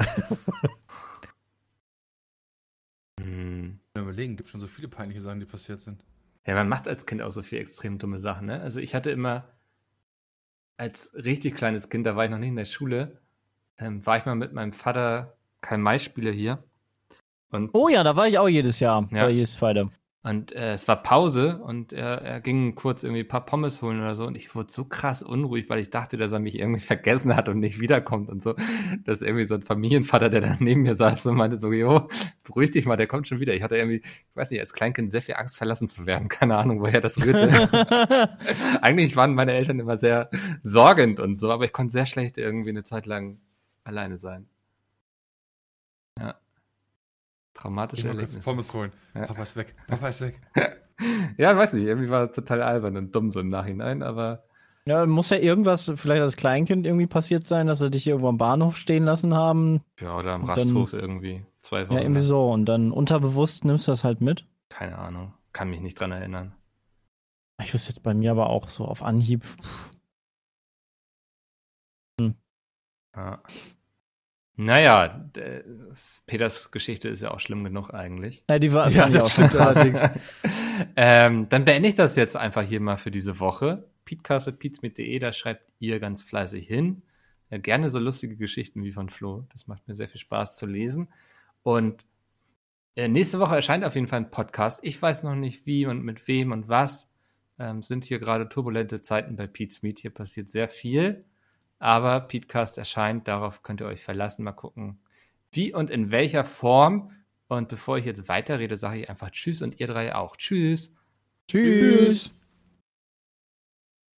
Überlegen, gibt schon so viele peinliche Sachen, die passiert sind. Ja, man macht als Kind auch so viel extrem dumme Sachen, ne? Also ich hatte immer als richtig kleines Kind, da war ich noch nicht in der Schule, war ich mal mit meinem Vater Karl-May-Spiele hier. Und, Oh ja, da war ich auch jedes Jahr. Ja. Oder jedes zweite. und es war Pause und er ging kurz irgendwie ein paar Pommes holen oder so und ich wurde so krass unruhig, weil ich dachte, dass er mich irgendwie vergessen hat und nicht wiederkommt und so. Das ist irgendwie so ein Familienvater, der da neben mir saß und meinte so, jo, beruhig dich mal, der kommt schon wieder. Ich hatte irgendwie, ich weiß nicht, als Kleinkind sehr viel Angst, verlassen zu werden. Keine Ahnung, woher das rührte. Eigentlich waren meine Eltern immer sehr sorgend und so, aber ich konnte sehr schlecht irgendwie eine Zeit lang alleine sein. Ja. Traumatische Ich muss kurz Erlebnisse. Pommes holen. Ja. Papa ist weg. Papa ist weg. Ja, weiß nicht, irgendwie war es total albern und dumm so im Nachhinein, aber Ja, muss ja irgendwas vielleicht als Kleinkind irgendwie passiert sein, dass sie dich irgendwo am Bahnhof stehen lassen haben. ja, oder am Und Rasthof irgendwie 2 Wochen. Ja, irgendwie lang. so. Und dann unterbewusst nimmst du das halt mit. Keine Ahnung, kann mich nicht dran erinnern. Ich wüsste jetzt bei mir aber auch so auf Anhieb. Ja. Naja, Peters Geschichte ist ja auch schlimm genug eigentlich. Ja, die war Ja, fand ich auch das stimmt schon krass. allerdings. Dann beende ich das jetzt einfach hier mal für diese Woche. Peatcast@peatsmeet.de, da schreibt ihr ganz fleißig hin. Ja, gerne so lustige Geschichten wie von Flo. Das macht mir sehr viel Spaß zu lesen. Und nächste Woche erscheint auf jeden Fall ein Podcast. Ich weiß noch nicht wie und mit wem und was. Sind hier gerade turbulente Zeiten bei Pete's Meet. Hier passiert sehr viel. Aber Peatcast erscheint, darauf könnt ihr euch verlassen. Mal gucken, wie und in welcher Form. Und bevor ich jetzt weiterrede, sage ich einfach Tschüss und ihr drei auch. Tschüss. Tschüss.